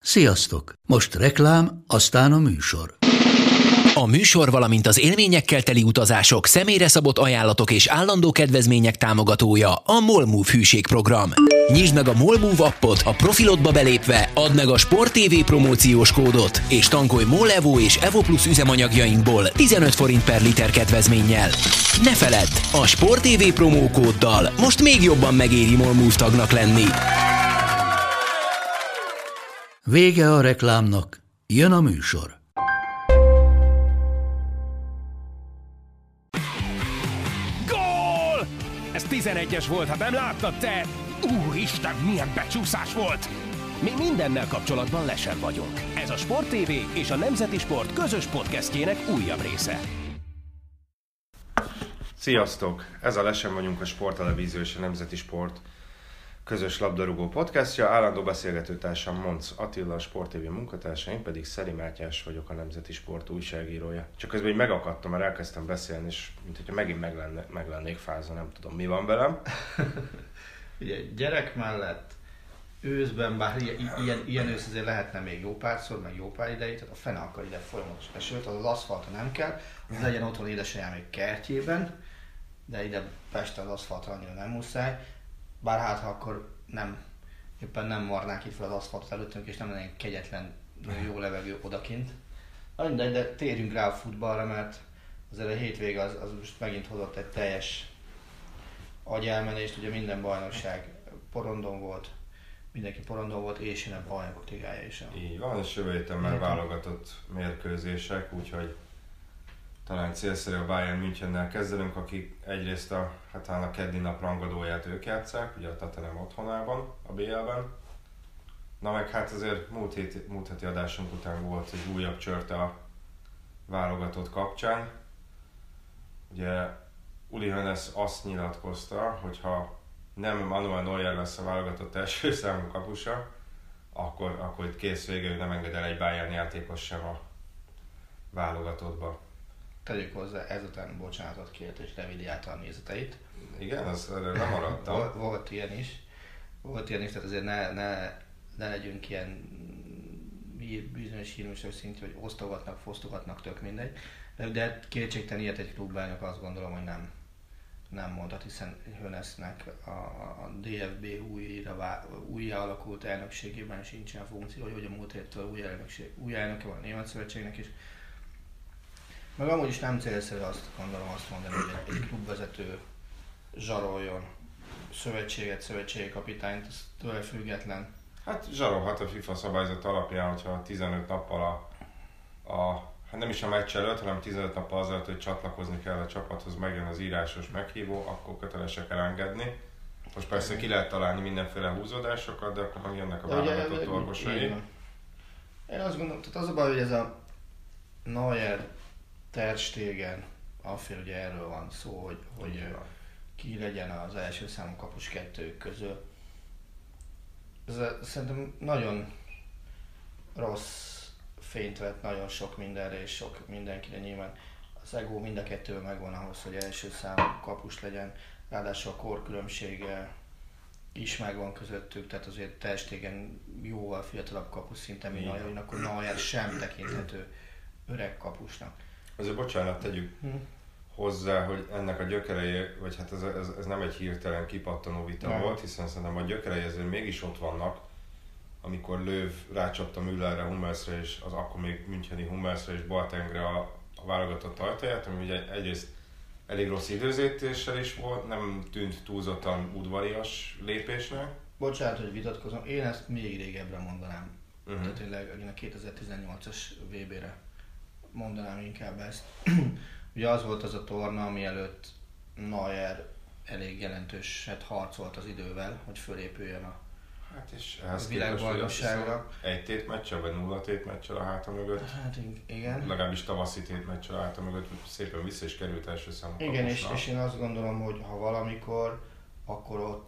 Sziasztok! Most reklám, aztán a műsor. A műsor, valamint az élményekkel teli utazások, személyre szabott ajánlatok és állandó kedvezmények támogatója a MOL Move hűségprogram. Nyisd meg a MOL Move appot, a profilodba belépve, add meg a Sport TV promóciós kódot, és tankolj MOL Evo és Evo Plus üzemanyagjainkból 15 forint per liter kedvezménnyel. Ne feledd, a Sport TV promókóddal most még jobban megéri MOL Move tagnak lenni. Vége a reklámnak, jön a műsor. Gól! Ez 11-es volt, ha nem láttad te! Úristen, milyen becsúszás volt! Mi mindennel kapcsolatban lesen vagyunk. Ez a Sport TV és a Nemzeti Sport közös podcastjének újabb része. Sziasztok! Ez a Lesen vagyunk, a Sporttelevízió és a Nemzeti Sport közös labdarúgó podcastja. Állandó beszélgetőtársam Monc Attila, a Sport TV munkatársa, én pedig Szeri Mátyás vagyok, a Nemzeti Sport újságírója. Csak közben így megakadtam, mert elkezdtem beszélni, és mint hogyha megint meg lennék fázva, nem tudom, mi van velem. Ugye gyerek mellett őszben, bár ilyen ősz azért lehetne még jó párszor, meg jó pár ideig, tehát a fene akar ide folyamatos esőt, az aszfalton nem kell, az legyen otthon édesanyám még kertjében, de ide Pesten az aszfaltra annyira nem muszáj, bár hát ha akkor éppen nem marnánk itt fel az aszfaltot előttünk, és nem lenne egy kegyetlen, jó levegő odakint. De térjünk rá a futballra, mert azért a hétvége az most megint hozott egy teljes agyelmenést, ugye minden bajnokság porondon volt, mindenki porondon volt, és jön a bajnokok ligája is. Így van, és jövő héten már válogatott mérkőzések, úgyhogy talán célszerű a Bayern Münchennel kezdenünk, akik egyrészt a keddi nap rangadóját ők játsszák, ugye a Tottenham otthonában, a BL-ben. Na meg hát azért múlt heti adásunk után volt egy újabb csörte a válogatott kapcsán. Ugye Uli Hoeneß azt nyilatkozta, hogy ha nem Manuel Neuer lesz a válogatott első számú kapusa, akkor itt kész vége, hogy nem enged el egy Bayern játékos sem a válogatottba. Tegyük hozzá ezután bocsánatot kért és revidiálta a nézeteit. Igen, erre nem maradtam. Volt ilyen is, tehát azért ne legyünk ilyen bizonyos hírműsor szintű, hogy osztogatnak, fosztogatnak, tök mindegy. De kétségtelen ilyet egy klubelnök azt gondolom, hogy nem mondhat, hiszen Hoeneßnek a DFB újra alakult elnökségében sincsen funkció, hogy a múlt héttől új elnöke van a Német Szövetségnek is. Meg amúgy is nem célszerű azt mondani, hogy egy klubvezető zsaroljon szövetségi kapitányt, ez tőle független. Hát zsarolhat a FIFA szabályzat alapján, hogyha 15 nappal hát nem is a meccs előtt, hanem 15 nappal azelőtt, hogy csatlakozni kell a csapathoz, megjön az írásos meghívó, akkor kötelesek elengedni. Most persze ki lehet találni mindenféle húzódásokat, de akkor megjönnek a válogatott orvosai. Én azt gondolom, tehát az a baj, hogy ez a Neuer, Ter Stegen, affél ugye erről van szó, hogy ki legyen az első számú kapus kettők közül. Ez szerintem nagyon rossz fényt vett nagyon sok mindenre és sok mindenkire, nyilván az ego mind a kettőben megvan ahhoz, hogy első számú kapus legyen, ráadásul a korkülönbsége is megvan közöttük, tehát azért Ter Stegen jóval fiatalabb kapus szinten, mint Neuer, akkor Neuer sem tekinthető öreg kapusnak. Azért bocsánat, tegyük hozzá, hogy ennek a gyökerei, vagy hát ez nem egy hirtelen kipattanó vita volt, hiszen szerintem a gyökerei azért mégis ott vannak, amikor Löw rácsapta Müllerre, Hummelsre és az akkor még müncheni Hummelsre és Boatengre a válogatott ajtaját, ami ugye egyrészt elég rossz időzítéssel is volt, nem tűnt túlzottan udvarias lépésnek. Bocsánat, hogy vitatkozom, én ezt még régebbre mondanám. Tehát tényleg a 2018-as VB-re mondanám inkább ezt. Ugye az volt az a torna, ami előtt Neuer elég jelentőset harcolt az idővel, hogy fölépüljön a világbajnokságra. Egy tétmeccsel vagy 0 tétmeccsel a háta mögött. Hát igen. Legalábbis tavaszi tétmeccsel a háta mögött, szépen vissza is került első számú igen, és én azt gondolom, hogy ha valamikor, akkor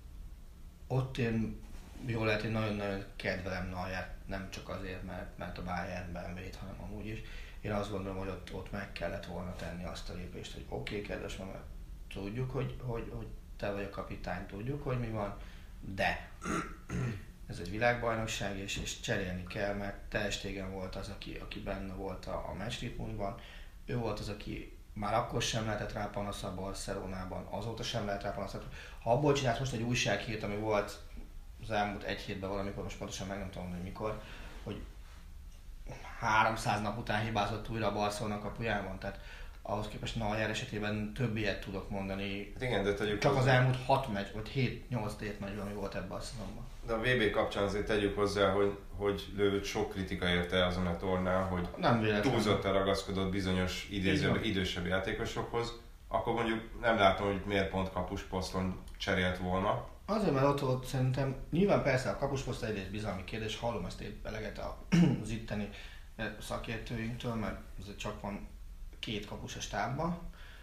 ott én jól lehet, hogy nagyon-nagyon kedvelem Neuert, nem csak azért, mert a Bayernben véd, hanem amúgy is. Én azt gondolom, hogy ott meg kellett volna tenni azt a lépést, hogy oké, kedves mama, tudjuk, hogy te vagy a kapitány, tudjuk, hogy mi van, de ez egy világbajnokság, és cserélni kell, mert Ter Stegen volt az, aki benne volt a meccsritmusban. Ő volt az, aki már akkor sem lehetett rá panasz a Barcelonában, azóta sem lehet rá panasz. Ha abból csinálsz most egy újsághírt, ami volt az elmúlt egy hétben valamikor, most pontosan meg nem tudom, hogy mikor, hogy 300 nap után hibázott újra a Barcelona kapujában, tehát ahhoz képest Neuer esetében több ilyet tudok mondani. Hát igen, de csak az elmúlt 6 meccs, vagy 7-8 meccs, ami volt ebben a szezonban. De a VB kapcsán azért tegyük hozzá, hogy Löwöt sok kritika érte azon a tornán, hogy túlzottan ragaszkodott bizonyos idősebb játékosokhoz, akkor mondjuk nem látom, hogy miért pont kapusposzton cserélt volna. Azért, mert ott volt szerintem, nyilván persze a kapusposzt egyrészt bizalmi kérdés, hallom ezt én eleget az itteni szakértőinktől, mert azért csak van 2 kapus a stábban.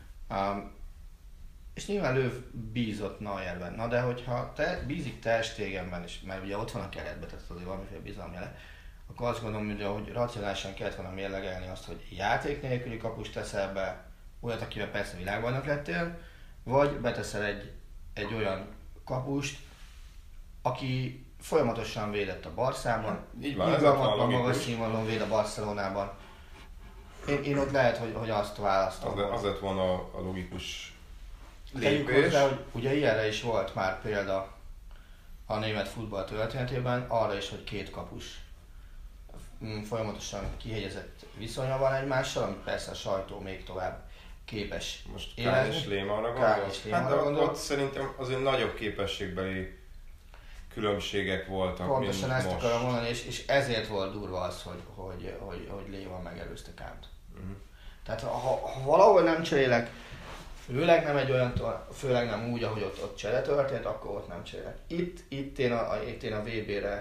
És nyilván Löw bízott Neuerben. Na de hogyha bízik Ter Stegenben is, mert ugye ott van a keretben, tehát azért valamiféle bizalmi jele, akkor azt gondolom, hogy racionálisan kellett volna mérlegelni azt, hogy játék nélküli kapust teszel be, olyat, akivel persze világbajnok lettél, vagy beteszel egy olyan kapust, aki folyamatosan védett a Barszában, igazgatlan magas színvonalon véd a Barcelonában. Én ott lehet, hogy azt választom. Az lett volna a logikus lépés. lépés. Hozzá, hogy ugye ilyenre is volt már példa a német futball történetében, arra is, hogy 2 kapus folyamatosan kihegyezett viszonya van egymással, amit persze a sajtó még tovább képes most élezni. Kán és Lehmannra gondolsz? Hát de ott szerintem azért nagyobb képességbeli különbségek voltak, pontosan mint ezt most. akarom mondani, és ezért volt durva az, hogy Lehmann megelőzte Kánt. Tehát ha valahol nem cserélek, főleg nem egy olyan, főleg nem úgy, ahogy ott csere történt, akkor ott nem cserélek. Itt én a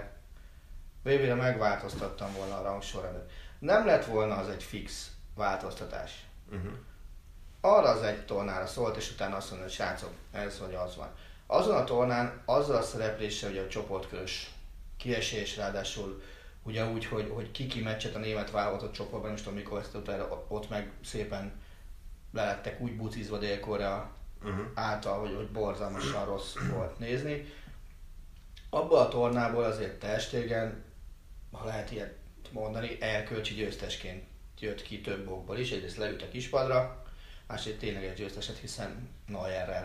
VB-re megváltoztattam volna a rangsorrendet. Nem lett volna az egy fix változtatás. Arra az egy tornára szólt, és utána azt mondja, hogy srácok, ez vagy az van. Azon a tornán, azzal a szerepléssel, hogy a csoportkörös kiesés, ráadásul ugyanúgy, hogy ki meccset a német válogatott csoportban, most amikor ezt ott meg szépen lelettek úgy bucizva Dél-Korea által, hogy borzalmasan rossz volt nézni. Abból a tornából azért Ter Stegen, ha lehet ilyet mondani, erkölcsi győztesként jött ki több okból is. Egyrészt leült a kispadra, másrészt tényleges győzteset, hiszen Neuerrel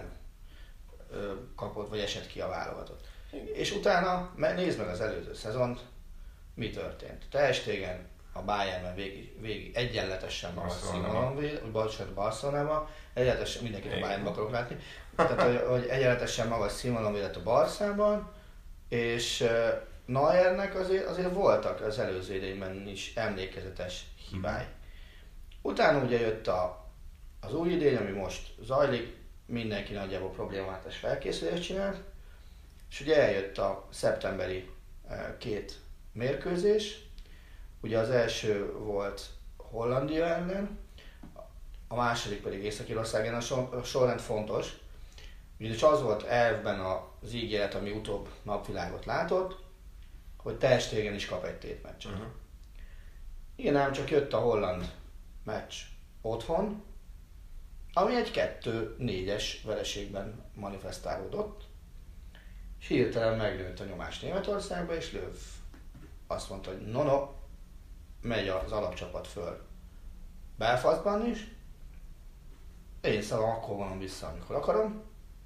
kapott, vagy esett ki a válogatott. És utána nézd meg az előző szezont, mi történt. Ter Stegen a Bayernben végig egyenletesen magas színvonalon véd, vagy Barcelonában, egyenletesen, mindenkit a Bayernben akarok látni, tehát hogy egyenletesen magas színvonalon védett a Barszában, és Neuernek azért voltak az előző idényben is emlékezetes hibái. Utána ugye jött az új idény, ami most zajlik, mindenki nagyjából problémátás felkészülést csinált, és ugye eljött a szeptemberi 2 mérkőzés, ugye az első volt Hollandia ellen, a második pedig Észak-Írország ellen. A sorrend fontos, ugyanis az volt elvben az ígéret, ami utóbb napvilágot látott, hogy Ter Stegen is kap egy tétmeccset. Igen, ám csak jött a holland meccs otthon, ami egy 2-4-es vereségben manifestálódott, és hirtelen megnőtt a nyomás Németországba, és Löw azt mondta, hogy no, megy az alapcsapat föl Belfastban is, én szavam akkor vonom vissza, amikor akarom,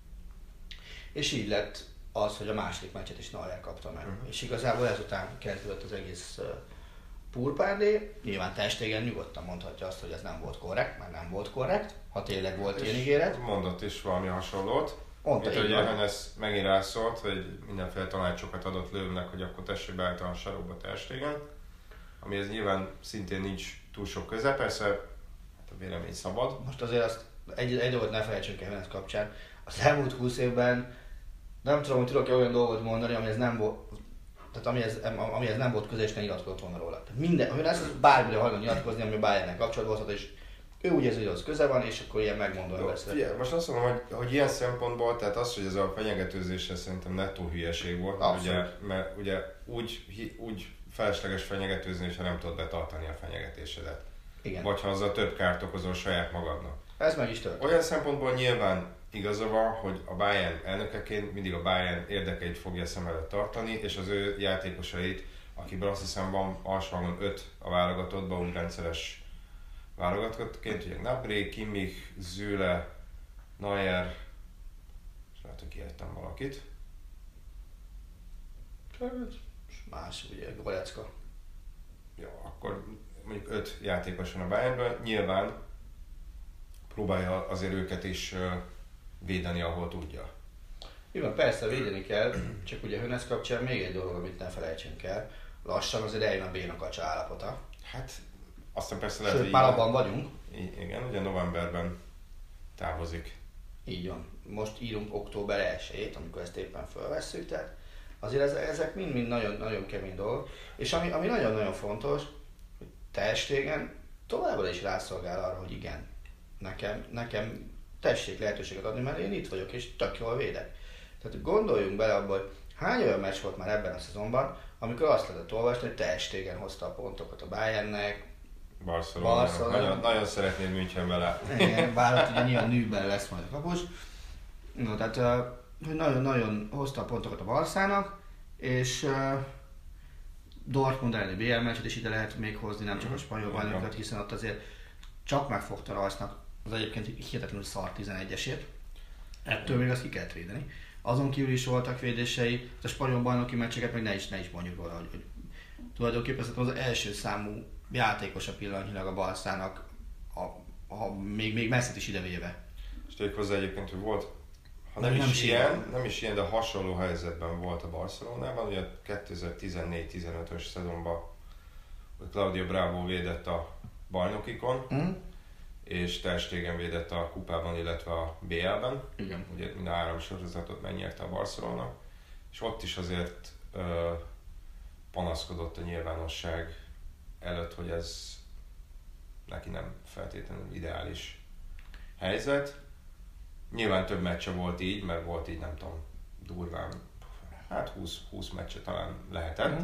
és így lett az, hogy a második meccset is Neuer kapta meg. És igazából ezután kezdődött az egész purpárdé. Nyilván Ter Stegen nyugodtan mondhatja azt, hogy ez nem volt korrekt, mert nem volt korrekt, ha tényleg volt ilyen ígéret. Mondott is valami hasonlót. Mint hogy Johannes megint rászólt, hogy mindenféle tanácsokat adott Löwnek, hogy akkor tessék beállítani a sarokba Ter Stegen, amihez nyilván szintén nincs túl sok köze, persze hát a vélemény szabad. Most azért azt egy dolgot ne felejtsünk el Johannes kapcsán. Az elmúlt 20 évben nem tudom, hogy tudok-e olyan dolgot mondani, amihez nem volt, tehát amihez nem volt köze, és ne nyilatkozott volna róla. Tehát minden, hogy ez bármire hajlandó nyilatkozni, ami Bayernnel kapcsolatban volt, és ő úgy érzi, hogy az köze van, és akkor ilyen megmondóan beszél. Most azt mondom, hogy ilyen szempontból, tehát az, hogy ez a fenyegetőzésre szerintem nettó hülyeség volt, mert ugye úgy felesleges fenyegetőzni, ha nem tudod betartani a fenyegetésedet. Igen. Vagy ha azzal több kárt okozol saját magadnak. Ez meg is történt. Olyan szempontból nyilván igaza van, hogy a Bayern elnökeként mindig a Bayern érdekeit fogja szem előtt tartani, és az ő játékosait, akiből azt hiszem van alsóhangon 5 a válogatottban, úgy rendszeres válogatottként, ugye Gnabry, Kimmich, Süle, Neuer, és lehet, hogy kihagytam valakit. Más, ugye, Goretzka. Ja, akkor mondjuk 5 játékos van a Bayernből, nyilván próbálja azért őket is védeni, ahol tudja. Igen, persze védeni kell, csak ugye Hönes kapcsán még egy dolog, amit ne felejtsünk el. Lassan azért eljön a bénakacsa állapota. Hát aztán persze lehet, Sőt, már abban vagyunk. Igen, ugye novemberben távozik. Így van. Most írunk október 1-ét, amikor ezt éppen felvesszük, tehát azért ezek mind nagyon kemény dolgok. És ami nagyon-nagyon fontos, hogy Ter Stegen továbbra is rászolgál arra, hogy igen, nekem tessék lehetőséget adni, mert én itt vagyok és tök jól védek. Tehát gondoljunk bele abba, hogy hány olyan meccs volt már ebben a szezonban, amikor azt lehetett olvasni, hogy Ter Stegen hozta a pontokat a Bayernnek, Barcelona. Nagyon szeretném Münchenbe látni. Igen, bár ott ugye nyilván Nübel lesz majd a kapus. No, tehát hogy nagyon-nagyon hozta a pontokat a Barszának, és Dortmund elleni BL meccset is ide lehet még hozni, nem csak a spanyol bajnokat, hiszen ott azért csak megfogta Rajsznak az egyébként hihetetlenül szar 11-esét. Ettől még azt ki kellett védeni. Azon kívül is voltak védései, a spanyol bajnoki meccseket meg ne is mondjuk róla, hogy tulajdonképpen az első számú játékosa pillanatnyilag a Barszának, még messzit is idevéve. És tegyük hozzá egyébként, hogy volt, ha nem is ilyen, de hasonló helyzetben volt a Barcelonában, ugye 2014-15-ös szezonban Claudio Bravo védett a bajnokikon, és Ter Stegen védett a kupában, illetve a BL-ben. Igen. Ugye mind a 3 sorozatot megnyerte a Barcelona, és ott is azért panaszkodott a nyilvánosság előtt, hogy ez neki nem feltétlenül ideális helyzet. Nyilván több meccse volt így, mert volt így nem tudom, durván, hát 20 meccse talán lehetett.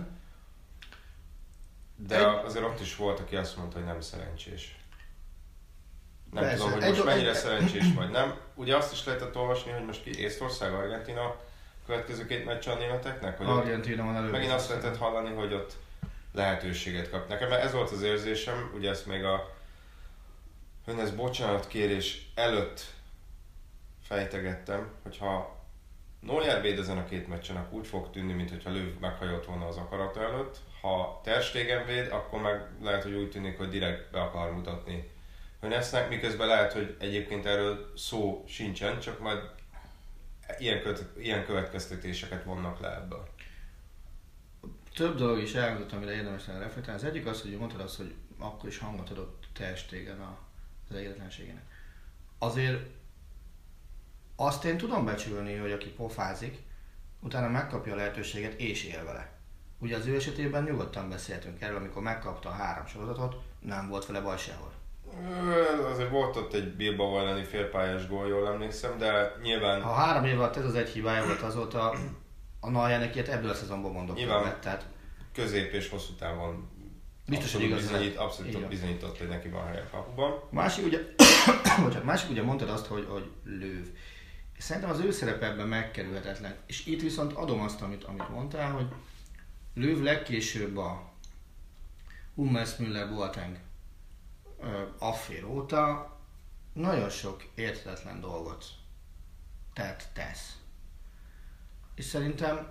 De azért ott is volt, aki azt mondta, hogy nem szerencsés. Nem persze, tudom, hogy most mennyire szerencsés vagy nem. Ugye azt is lehetett olvasni, hogy most ki Észtország, Argentina következő 2 meccse a németeknek? Hogy Argentina van előbb. Megint azt lehetett hallani, hogy ott lehetőséget kap. Nekem ez volt az érzésem, ugye ezt még a Hönes bocsánatkérés előtt fejtegettem, hogyha Neuer véd ezen a 2 meccsen, akkor úgy fog tűnni, mintha Löw meghajolt volna az akarata előtt. Ha Ter Stegen véd, akkor meg lehet, hogy úgy tűnik, hogy direkt be akar mutatni Hönesnek, miközben lehet, hogy egyébként erről szó sincsen, csak majd ilyen következtetéseket vonnak le ebből. Több dolog is elhangzott, amire érdemes lenne reflektálni. Az egyik az, hogy mondtad azt, hogy akkor is hangot adott Ter Stegen az egyetlenségének. Azért azt én tudom becsülni, hogy aki pofázik, utána megkapja a lehetőséget és él vele. Ugye az ő esetében nyugodtan beszéltünk erről, amikor megkapta a 3 sorozatot, nem volt vele baj sehol. Azért volt ott egy Bilbao elleni félpályás gól, jól emlékszem, de nyilván... Ha 3 év alatt ez az egy hibája volt, azóta a Neuernek ilyet ebből a szezonból mondok. Nyilván tehát közép és hosszú távon biztos, hogy igaz abszolút bizonyított, hogy neki van helye a kapuban. Másik ugye mondtad azt, hogy Löw. És szerintem az ő szerepe ebben megkerülhetetlen. És itt viszont adom azt, amit mondtál, hogy Löw legkésőbb a Hummels, Müller, Boateng affér óta nagyon sok érthetetlen dolgot tesz. És szerintem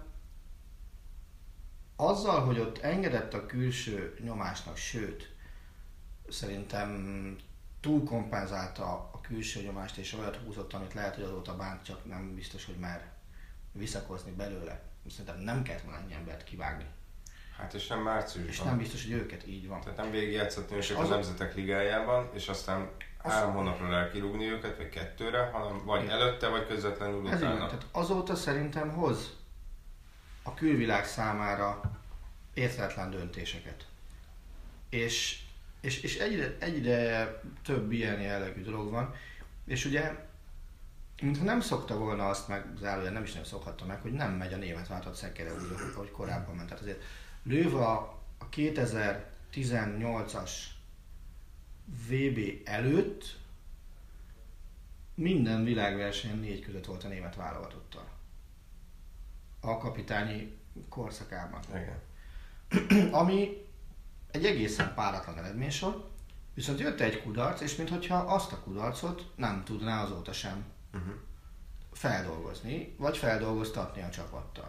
azzal, hogy ott engedett a külső nyomásnak, sőt, szerintem túlkompenzálta a külső nyomást és olyat húzott, amit lehet, hogy azóta bánt, csak nem biztos, hogy már visszakozni belőle. Szerintem nem kellett volna ennyi embert kivágni. Hát és nem márciusban. És nem biztos, hogy őket így van. Tehát nem végigjátszotni őket a Nemzetek Ligájában, és aztán 3 hónapra rá kirúgni őket, vagy 2-re, hanem vagy igen. Előtte, vagy közvetlenül utána. Tehát azóta szerintem hoz a külvilág számára érthetetlen döntéseket. És egyre több ilyen jellegű dolog van, és ugye mintha nem szokta volna azt meg, zárójel nem is nem szokhatta meg, hogy nem megy a német váltott szekere úgy, ahogy korábban ment. Tehát azért Löw a 2018-as VB előtt minden világversenyen 4 között volt a német válogatottal. A kapitányi korszakában. Igen. Ami egy egészen páratlan eredménysor, viszont jött egy kudarc, és minthogyha azt a kudarcot nem tudná azóta sem feldolgozni, vagy feldolgoztatni a csapattal.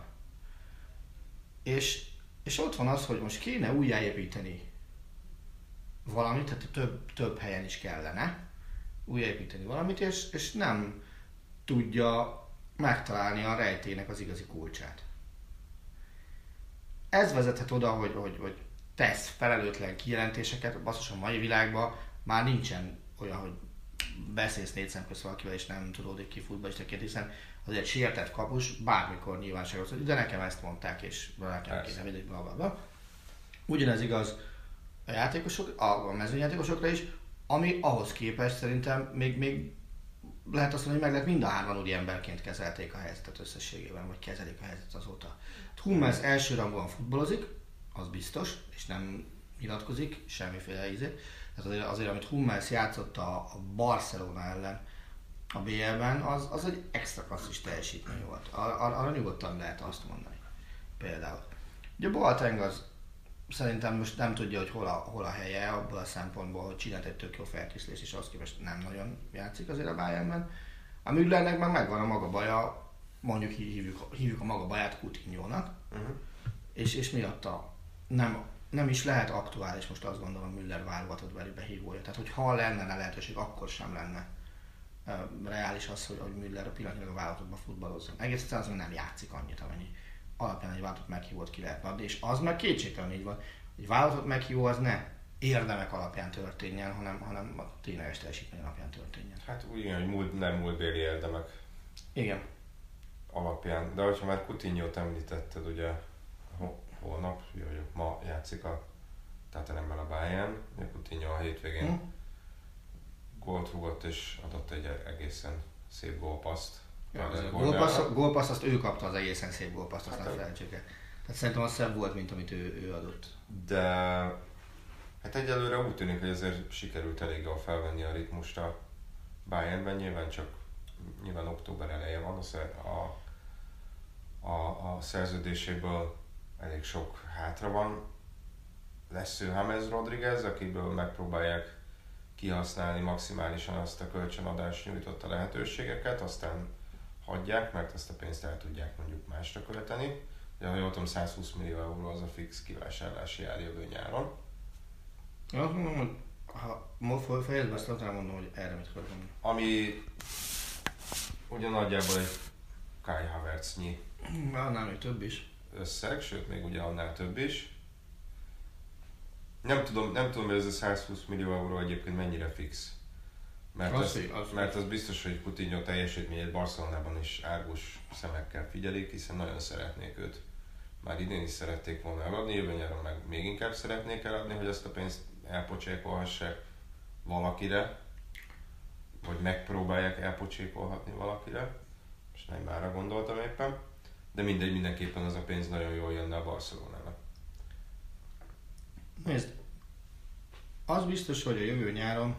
És ott van az, hogy most kéne újjáépíteni valamit, tehát több helyen is kellene újjáépíteni valamit, és nem tudja megtalálni a rejtének az igazi kulcsát. Ez vezethet oda, hogy tesz felelőtlen kijelentéseket, basszus, a mai világban már nincsen olyan, hogy beszélsz 4 szem közt valakivel, és nem tudod, hogy ki futballistaként, hiszen azért sértett kapus bármikor nyilvánosságot, hogy de nekem ezt mondták, és nekem kéne mindegy, blablabla. Ugyanez igaz a játékosok, a mezőnyjátékosokra is, ami ahhoz képest szerintem még lehet azt mondani, hogy meg lehet mind a hárman úgy emberként kezelték a helyzetet összességében, vagy kezelik a helyzetet azóta. Hummels elsőrangúan futballozik, az biztos, és nem nyilatkozik semmiféle ízét. Tehát azért amit Hummels játszott a Barcelona ellen a BL-ben, az egy extra klasszis teljesítmény volt. Arra nyugodtan lehet azt mondani. Például. Ugye Boateng az szerintem most nem tudja, hogy hol a helye, abból a szempontból, hogy csinált egy tök jó felkészülést, és ahhoz képest nem nagyon játszik azért a Bayernben. A Müllernek meg megvan a maga baja, mondjuk hívjuk a maga baját Coutinho-nak, és miatta nem is lehet aktuális, most azt gondolom, Müller válogatott beli behívója. Tehát, hogy ha lenne lehetőség, akkor sem lenne reális az, hogy Müller a pillanatnyilag a válogatottban futballozzon. Egész egyszerűen azon nem játszik annyit, amennyi alapján egy válogatott meghívót ki lehetne adni, és az meg kétségtelen így van. Egy válogatott meghívó az ne érdemek alapján történjen, hanem a tényleges teljesítmény alapján történjen. Hát úgy, hogy nem múltbéli érdemek. Igen. Alapján. De hogyha már Coutinho-t említetted, ugye holnap, ma játszik a Tottenhammel a Bayern, Coutinho a hétvégén gólt rúgott és adott egy egészen szép gólpasszt. Gólpaszt azt ő kapta, az egészen szép gólpaszt, azt nem felejtsük el. Tehát szerintem az szebb volt, mint amit ő adott. De hát egyelőre úgy tűnik, hogy azért sikerült elég jól felvenni a ritmust a Bayernben, nyilván október eleje van, a szerződéséből elég sok hátra van. Lesz ő James Rodriguez, akiből megpróbálják kihasználni maximálisan azt a kölcsönadás nyújtotta lehetőségeket, aztán hagyják, mert ezt a pénzt el tudják mondjuk másra költeni. De ha jól tudom, 120 millió euró az a fix kivásárlási ár jövő nyáron. Én azt mondom, hogy ha fejezd be, azt mondom, hogy erre mit kell mondani. Ami ugye nagyjából egy Kai Havertznyi annál még több is. Összeg, sőt még ugye annál több is. Nem tudom, hogy ez a 120 millió euró egyébként mennyire fix. Mert az biztos, hogy Coutinho teljesítményét Barcelonában is árgus szemekkel figyelik, hiszen nagyon szeretnék őt. Már idén is szerették volna eladni, jövő nyáron meg még inkább szeretnék eladni, hogy ezt a pénzt elpocsékolhassák valakire, vagy megpróbálják elpocsékolhatni valakire. Most nem márra gondoltam éppen, de mindenképpen az a pénz nagyon jól jönne a Barcelonának. Nézd, az biztos, hogy a jövő nyáron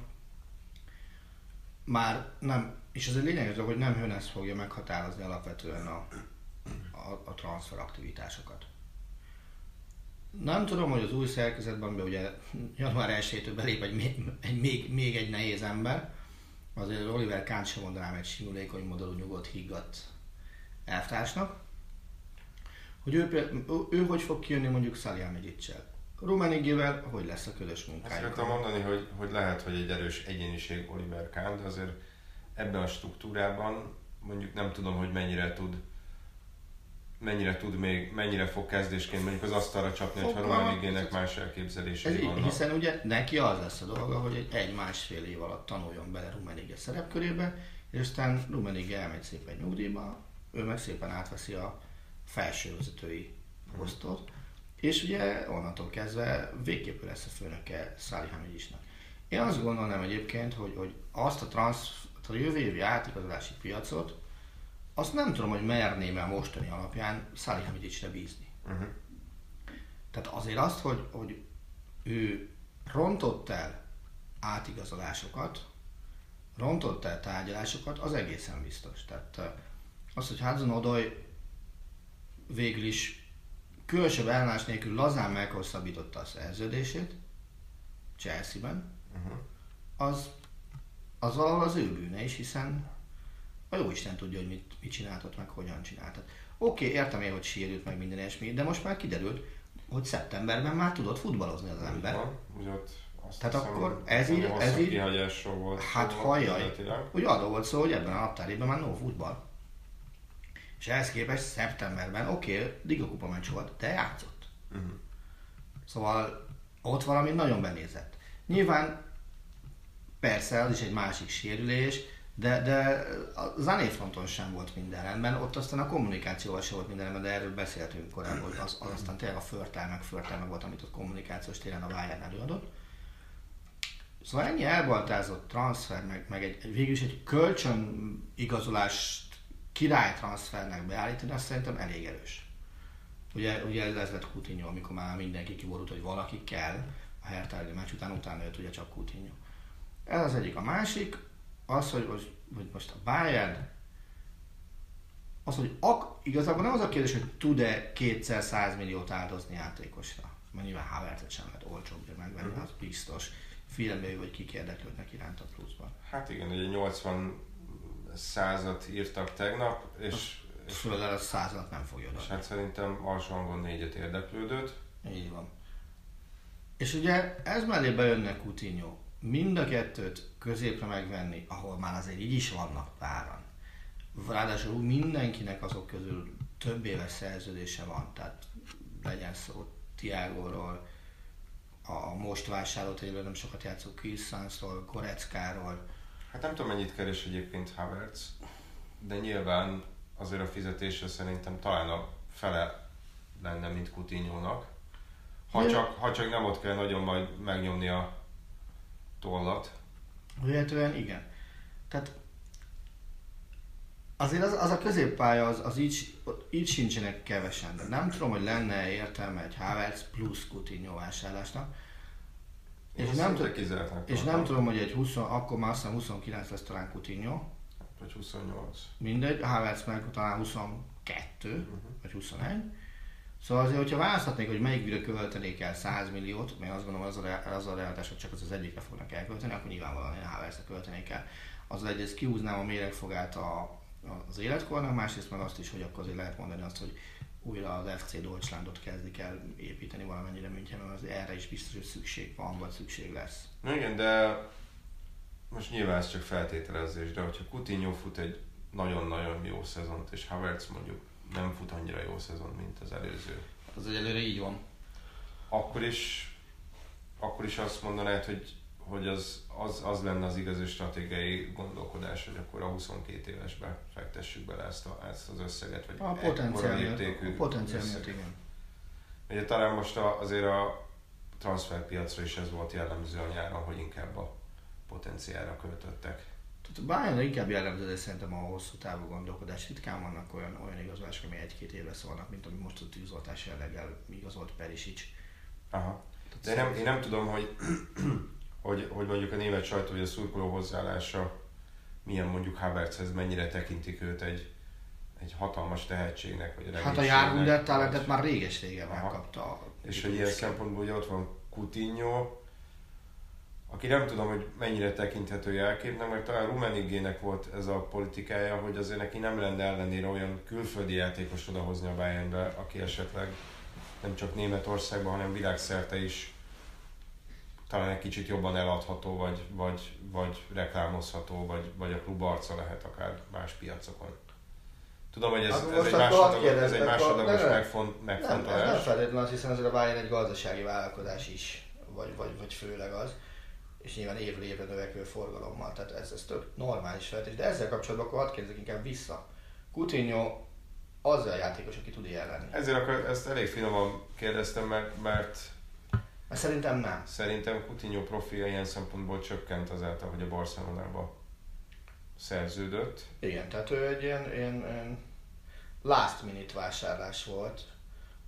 már nem, és ez egy lényeges dolog, hogy nem Hönes fogja meghatározni alapvetően a transfer aktivitásokat. Nem tudom, hogy az új szerkezetben, ugye január 1-től belép még egy nehéz ember, azért Oliver Kahn sem mondanám egy simulékony modellú nyugodt, higgadt elvtársnak, hogy ő hogy fog kijönni mondjuk Salihamidzic-sel. Rummenigge-vel hogy lesz a közös munkájuk? Szeretném mondani, hogy lehet, hogy egy erős egyéniség Oliver Kahn, de azért ebben a struktúrában mondjuk nem tudom, hogy mennyire fog kezdésként mondjuk az asztalra csapni, hogyha Rummenigge-nek más elképzelései vannak. Hiszen ugye neki az lesz a dolga, hogy egy-másfél év alatt tanuljon bele Rummenigge szerepkörébe, és aztán Rummenigge elmegy szépen nyugdíjba, ő meg szépen átveszi a felsővezetői posztot, és ugye onnantól kezdve végképp lesz a főnöke Salihamidzicnak. Én azt gondolnám egyébként, hogy azt a jövő évi átigazolási piacot, azt nem tudom, hogy merném el mostani alapján Salihamidzicre bízni. Tehát azért azt, hogy ő rontott el átigazolásokat, rontott el tárgyalásokat, az egészen biztos. Tehát az, hogy Hudson-Odoi végül is különösebb ellenállás nélkül lazán meghosszabbította a szerződését Chelsea-ben, az valahol az ő bűne is, hiszen a jóisten tudja, hogy mit csináltat, meg hogyan csináltat. Oké, értem én, hogy sérült meg minden ilyesmi, de most már kiderült, hogy szeptemberben már tudott futballozni az ember. Tehát akkor ez így kihagyásról volt. Hát hajjaj. Ugye arról volt szó, hogy ebben a naptárében már no futball. És ehhez képest szeptemberben, oké, ligakupa meccs volt, de játszott. Szóval ott valami nagyon benézett. Nyilván persze az is egy másik sérülés, de az Zané-fronton sem volt minden rendben, ott aztán a kommunikációval sem volt minden rendben, de erről beszéltünk korábban, hogy az aztán tényleg a förtel meg volt, amit ott kommunikációs téren a Bayern előadott. Szóval ennyi elbaltázott transfer, meg végül is egy kölcsön igazolást király transfernek beállítani, azt szerintem elég erős. Ugye ez lett Coutinho, amikor már mindenki kiborult, hogy valaki kell, a Hertha elleni meccs utána jött ugye csak Coutinho. Ez az egyik. A másik, az, hogy most a Bayern, igazából nem az a kérdés, hogy tud-e 200 milliót áldozni játékosra. Mert nyilván Havertzet sem lehet olcsóbbra megvenni, az biztos. Figyelembe hogy kik érdeklődnek iránt a pluszban. Hát igen, ugye 80 100-at írtak tegnap, és földel a 100-at nem fogja adni. És hát szerintem alsó hangon 4-et érdeklődött. Így van. És ugye ez mellé bejönne Coutinho. Mind a kettőt középre megvenni, ahol már azért így is vannak páran. Ráadásul mindenkinek azok közül több éves szerződése van, tehát legyen szó Thiagoról, a most vásárolt, egyébként nem sokat játszó Kirsanszról, Goreckáról. Hát nem tudom, mennyit keres egyébként Havertz, de nyilván azért a fizetése szerintem talán a fele lenne, mint Coutinho-nak. Ha csak nem ott kell nagyon majd megnyomni a tollat. Véletlenül igen. Tehát azért az a középpálya, az így sincsenek kevesen, de nem tudom, hogy lenne értelme egy Havertz plusz Coutinho vásárlásnak. És nem tudom, hogy egy 20, akkor már azt hiszem 29 lesz talán Coutinho. Vagy 28. Mindegy, Havertz meg talán 22, vagy 21. Szóval azért, hogyha választhatnék, hogy melyikre költenék el 100 milliót, mert azt gondolom, az a realitás, hogy csak az egyikre fognak elkölteni, akkor nyilvánvalóan én Havertzre költenék el. Az egyrészt kihúznám a méregfogát az életkornak, másrészt meg azt is, hogy akkor azért lehet mondani azt, hogy újra az FC Deutschlandot kezdik el építeni valamennyire Münchenben, azért erre is biztos, hogy szükség van, vagy szükség lesz. Na igen, de most nyilván ez csak feltételezés, de hogyha Coutinho fut egy nagyon-nagyon jó szezont, és Havertz mondjuk nem fut annyira jó szezon, mint az előző. Az egyelőre így van. Akkor is azt mondanád, hogy az lenne az igazi stratégiai gondolkodás, hogy akkor a 22 évesbe fektessük bele ezt az összeget, vagy a potenciál miatt, igen. Ugye talán most azért a transferpiacra is ez volt jellemző a nyáron, hogy inkább a potenciálra költöttek. Tehát a Bayernra inkább jellemző, szerintem a hosszú távú gondolkodás. Ritkán vannak olyan igazolások, ami 1-2 évre szólnak, mint ami most a tűzoltás jelleggel igazolt Perisic. Aha. De én nem tudom, hogy mondjuk a német sajtó, hogy a szurkoló hozzáállása milyen mondjuk Havertzhez, mennyire tekintik őt egy hatalmas tehetségnek, vagy hát a Jahrhundert talentet már réges-régen megkapta. És hogy ilyen szempontból ugye ott van Coutinho, aki nem tudom, hogy mennyire tekinthető jelképnek, mert talán Rummenigge-nek volt ez a politikája, hogy azért neki nem lenne ellenére olyan külföldi játékos odahozni a Bayernbe, aki esetleg nem csak Németországban, hanem világszerte is talán egy kicsit jobban eladható, vagy reklámozható, vagy a klub arca lehet akár más piacokon. Tudom, hogy ez egy másodlagos megfontolás. Nem feltétlenül azt hiszem, hogy a Bayern egy gazdasági vállalkozás is, vagy főleg az. És nyilván évről évre növekvő forgalommal, tehát ez tök normális feltétel. De ezzel kapcsolatban akkor hadd kérdezzek inkább vissza. Coutinho az a játékos, aki tud ilyen lenni. Ezért ezt elég finoman kérdeztem, mert szerintem nem. Szerintem Coutinho profilja ilyen szempontból csökkent azáltal, hogy a Barcelonába szerződött. Igen, tehát ő egy ilyen last minute vásárlás volt,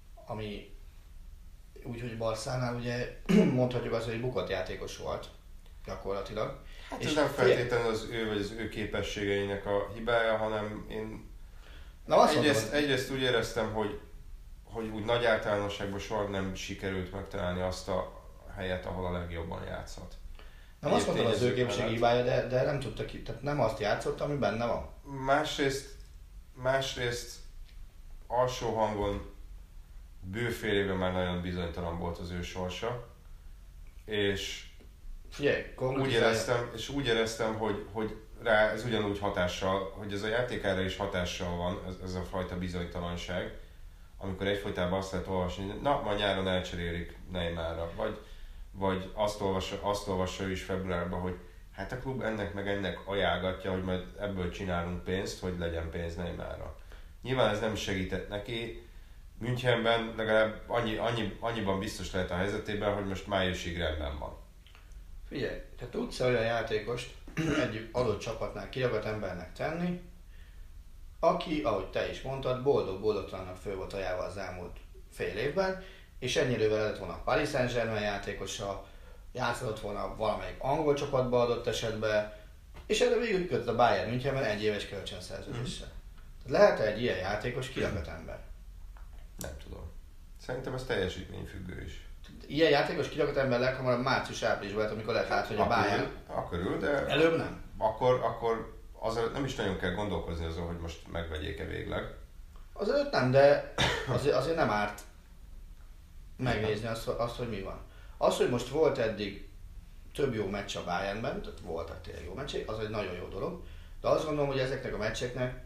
ami úgyhogy Barszánál ugye mondhatjuk azt, hogy egy bukott játékos volt. gyakorlatilag. Hát ez nem feltétlenül az ő vagy az ő képességeinek a hibája, hanem én egyrészt úgy éreztem, hogy úgy nagy általánosságban soha nem sikerült megtalálni azt a helyet, ahol a legjobban játszhat. Nem azt mondtam, az ő képességi hibája, de nem tudta ki, tehát nem azt játszott, ami benne van. Másrészt alsó hangon bőfél éve már nagyon bizonytalan volt az ő sorsa, és figyelj, úgy éreztem, hogy rá ez ugyanúgy hatással, hogy ez a játékára is hatással van, ez a fajta bizonytalanság, amikor egyfolytában azt lehet olvasni, hogy na, ma nyáron elcserélik Neymarra, vagy azt olvassa ő is februárban, hogy hát a klub ennek ajánlgatja, hogy majd ebből csinálunk pénzt, hogy legyen pénz Neymarra. Nyilván ez nem segített neki, Münchenben legalább annyiban biztos lehet a helyzetében, hogy most májusig rendben van. Figyelj, te tudsz olyan játékost egy adott csapatnál kiragadt embernek tenni, aki, ahogy te is mondtad, boldog-boldogtalannak föl volt ajánlva az elmúlt fél évben, és ennyire lett volna a Paris Saint-Germain játékosa, játszott volna valamelyik angol csapatba adott esetben, és erre végül kötött a Bayern Münchenben 1 éves kölcsönszerződéssel. Lehet egy ilyen játékos kiragadt ember? Nem tudom. Szerintem ez teljesítményfüggő is. Ilyen játékos kiragadt ember leghamarabb március-áprilisban lehet, amikor lehet látni, hogy a Bayern... Akkor de... Előbb nem? Akkor azelőtt nem is nagyon kell gondolkozni azon, hogy most megvegyék-e végleg. Azelőtt nem, de azért nem árt megnézni azt, hogy mi van. Az, hogy most volt eddig több jó meccs a Bayernben, tehát voltak tényleg jó meccsek, az egy nagyon jó dolog, de azt gondolom, hogy ezeknek a meccseknek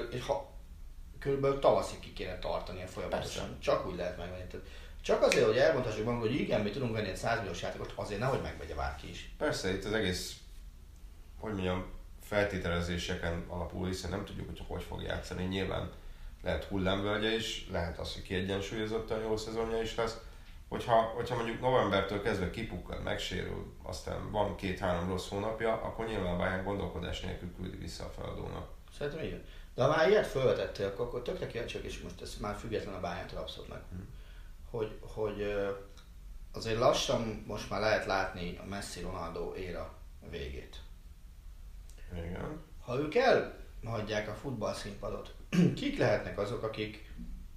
körülbelül tavaszig ki kéne tartania folyamatosan. Persze. Csak úgy lehet megvenni. Tehát csak azért, hogy elmondhassuk magunkról, hogy igen, mi tudunk venni egy 100 milliós játékot, azért nehogy megvegye bárki is. Persze, itt az egész, hogy mondjam, feltételezéseken alapul, hiszen nem tudjuk, hogy fog játszani. Nyilván lehet hullámvölgye is, lehet az, hogy kiegyensúlyozottan jó szezonja is lesz. Hogyha mondjuk novembertől kezdve kipukkad, megsérül, aztán van 2-3 rossz hónapja, akkor nyilván a Bayern gondolkodás nélkül küldi vissza a feladónak. Szerintem igen. De ha már ilyet felvetettél, akkor tökre kíváncsiak, és most ez már független a Bayerntől abszolút meg. Hogy azért lassan most már lehet látni a Messi-Ronaldo éra végét. Igen. Ha ők elhagyják a futballszínpadot, kik lehetnek azok, akik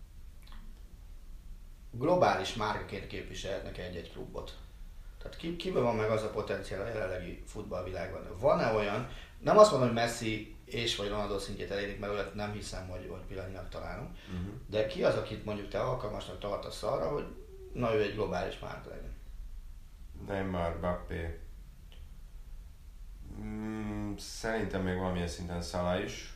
globális márkaként képviselhetnek egy klubot? Tehát kiben van meg az a potenciál a jelenlegi futballvilágban? Van-e olyan, nem azt mondom, hogy Messi és vagy Ronaldo szintjét elérik, mert olyat nem hiszem, hogy pillanatnyilag találunk, de ki az, akit mondjuk te alkalmasnak tartasz arra, hogy na ő egy globális márka legyen? Neymar, Mbappé. Szerintem még valamilyen szinten Salah is.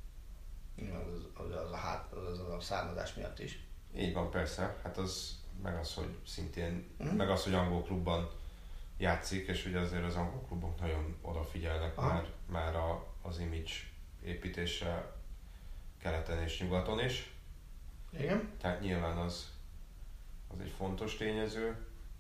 Az a származás miatt is. Így van, persze. Hát az, meg az, hogy szintén, meg az, hogy angol klubban játszik, és ugye azért az angol klubok nagyon odafigyelnek már az image építésre keleten és nyugaton is. Igen. Tehát nyilván az egy fontos tényező.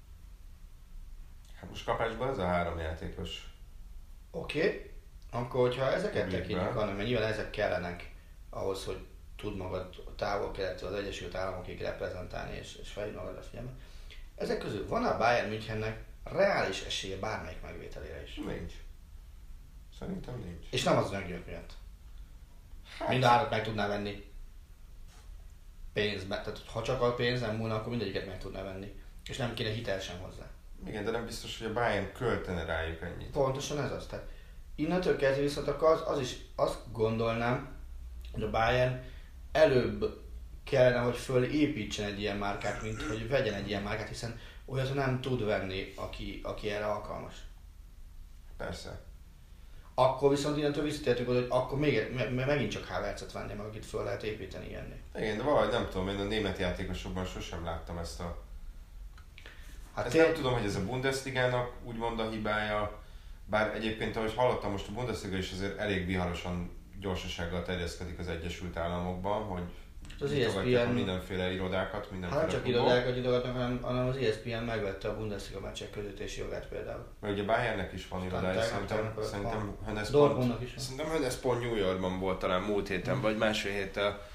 Hát most kapásban ez a 3 játékos. Oké. Akkor, hogyha ezeket tekintjük, mert nyilván ezek kellenek ahhoz, hogy tud magad távol-kelettől az Egyesült Államokig reprezentálni és felhívni magad a figyelmet. Ezek közül van a Bayern Münchennek reális esélye bármelyik megvételére is? Nincs. Szerintem nincs. És nem az öngyők miatt. Hát. Mind árat meg tudná venni pénzbe. Tehát ha csak a pénzen múlna, akkor mindegyiket meg tudná venni. És nem kéne hitel sem hozzá. Igen, de nem biztos, hogy a Bayern költene rájuk ennyit. Pontosan ez az. Tehát innentől kezdve viszont akkor azt gondolnám, hogy a Bayern előbb kellene, hogy fölépítsen egy ilyen márkát, mint hogy vegyen egy ilyen márkát, hiszen olyat nem tud venni, aki erre alkalmas. Persze. Akkor viszont innentől visszatértük oda, hogy akkor megint csak Havertzet venni meg, akit föl lehet építeni ilyennél. Igen, de valahogy nem tudom, én a német játékosokban sosem láttam ezt a... Hát nem tudom, hogy ez a Bundesligának úgymond a hibája, bár egyébként, ahogy hallottam, most a Bundesliga is azért elég viharosan gyorsasággal terjeszkedik az Egyesült Államokban, hogy az ESPN mindenféle irodákat, mindenféle hát csak irodákat nyitogatnak, hanem az ESPN megvette a Bundesliga meccsek közvetítési jogát például. Mert ugye Bayernnek is van irodája, szerintem Hönes pont New Yorkban volt talán múlt héten, vagy másfél héttel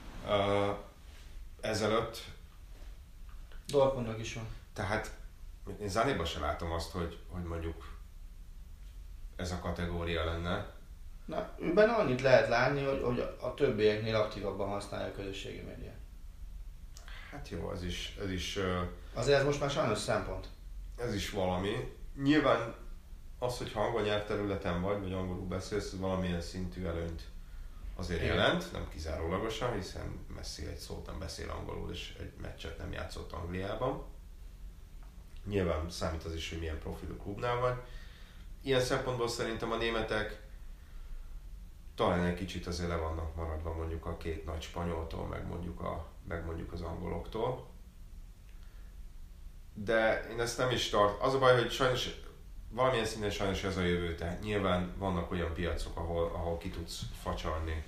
ezelőtt. Dortmundnak is van. Tehát én Zanéban sem látom azt, hogy mondjuk ez a kategória lenne. Na, őben annyit lehet látni, hogy a többieknél aktívabban használja a közösségi médiát. Hát jó, ez is Azért ez most már sajnos szempont. ez is valami. Nyilván az, hogy angol nyelvterületen vagy angolul beszélsz, ez valamilyen szintű előnyt azért jelent, nem kizárólagosan, hiszen Messi egy szót nem beszél angolul, és egy meccset nem játszott Angliában. Nyilván számít az is, hogy milyen profilú klubnál vagy. Ilyen szempontból szerintem a németek talán egy kicsit azért le vannak maradva mondjuk a két nagy spanyoltól, meg mondjuk az angoloktól. De én ezt nem is tart. Az a baj, hogy sajnos valamilyen szinten sajnos ez a jövő. Tehát nyilván vannak olyan piacok, ahol ki tudsz facsarni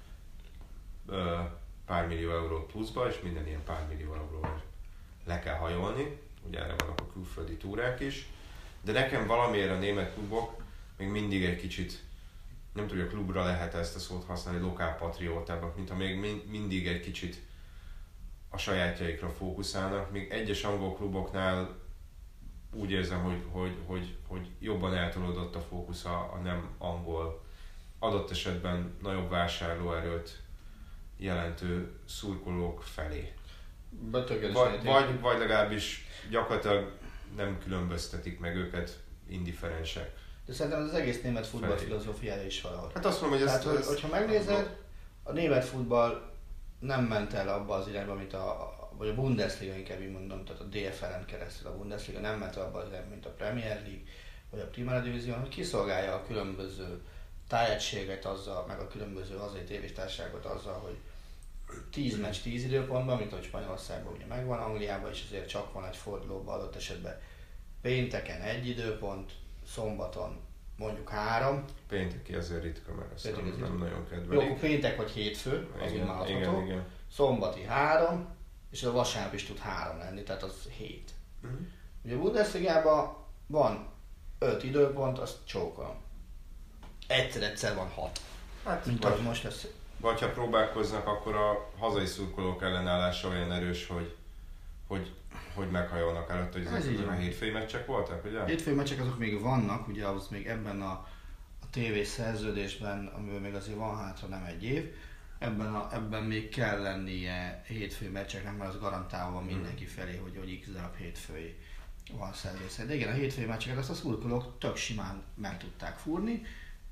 pár millió eurót pluszba, és minden ilyen pár millió euróra le kell hajolni. Ugye erre vannak a külföldi túrák is. De nekem valamiért a német klubok még mindig egy kicsit, nem tudja, klubra lehet ezt a szót használni, lokálpatriótábbak, mintha még mindig egy kicsit a sajátjaikra fókuszálnak. Még egyes angol kluboknál úgy érzem, hogy jobban eltolódott a fókusz a nem angol, adott esetben nagyobb vásárlóerőt jelentő szurkolók felé. Vagy legalábbis gyakorlatilag nem különböztetik meg őket indiferensek. De szerintem az egész német futball filozófiája is valahol. Hát azt mondom, hogy tehát, hogyha megnézed, a német futball nem ment el abba az irányba, mint vagy a Bundesliga, inkább így mondom, tehát a DFL-en keresztül a Bundesliga nem ment abba az irányba, mint a Premier League, vagy a Primera Division, hogy kiszolgálja a különböző tájegységet azzal, meg a különböző hazai tévéstárságot azzal, hogy 10 meccs 10 időpontban, mint ahogy Spanyolországban ugye megvan, Angliában is azért csak van egy fordulóban, adott esetben pénteken 1 időpont, szombaton mondjuk 3. Pénteki azért ritka, mert azt nem nagyon kedvelik. Jó, akkor péntek vagy hétfő, az úgy már adható. Igen. Szombati 3, és a vasárnap is tud 3 lenni, tehát az 7. Uh-huh. Ugye a Bundesligában van 5 időpont, azt csókolom. Egyszer van 6. Hát, mint ahogy most lesz. Vagy ha próbálkoznak, akkor a hazai szurkolók ellenállása olyan erős, hogy meghajolnak előtt, hogy ezek a hétfői meccsek voltak, ugye? Hétfői meccsek azok még vannak, ugye az még ebben a TV szerződésben, amiben még azért van hátra nem 1 év, ebben még kell lennie hétfői meccseknek, mert az garantálva van mindenki felé, hogy x darab hétfői van szerződés. De igen, a hétfői meccseket azt a szurkolók tök simán meg tudták fúrni,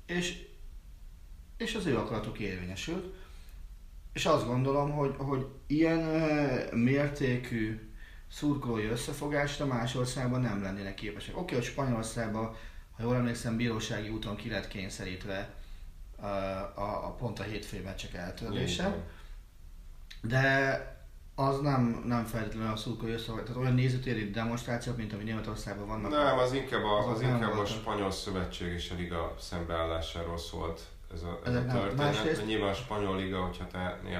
és az ő akaratuk érvényesült. És azt gondolom, hogy ilyen mértékű szurkolói összefogásra más országban nem lennének képesek. Oké, hogy Spanyolországban, ha jól emlékszem, bírósági úton ki lett kényszerítve pont a hétfői meccsek eltörlése, de az nem feltétlenül a szurkolói összefogás, tehát olyan nézőtéri demonstrációk, mint ami Németországban vannak. Nem, az inkább a spanyol szövetség és a liga szembeállásáról szólt ez a történet. Nyilván a spanyol liga, hogyha tehetné,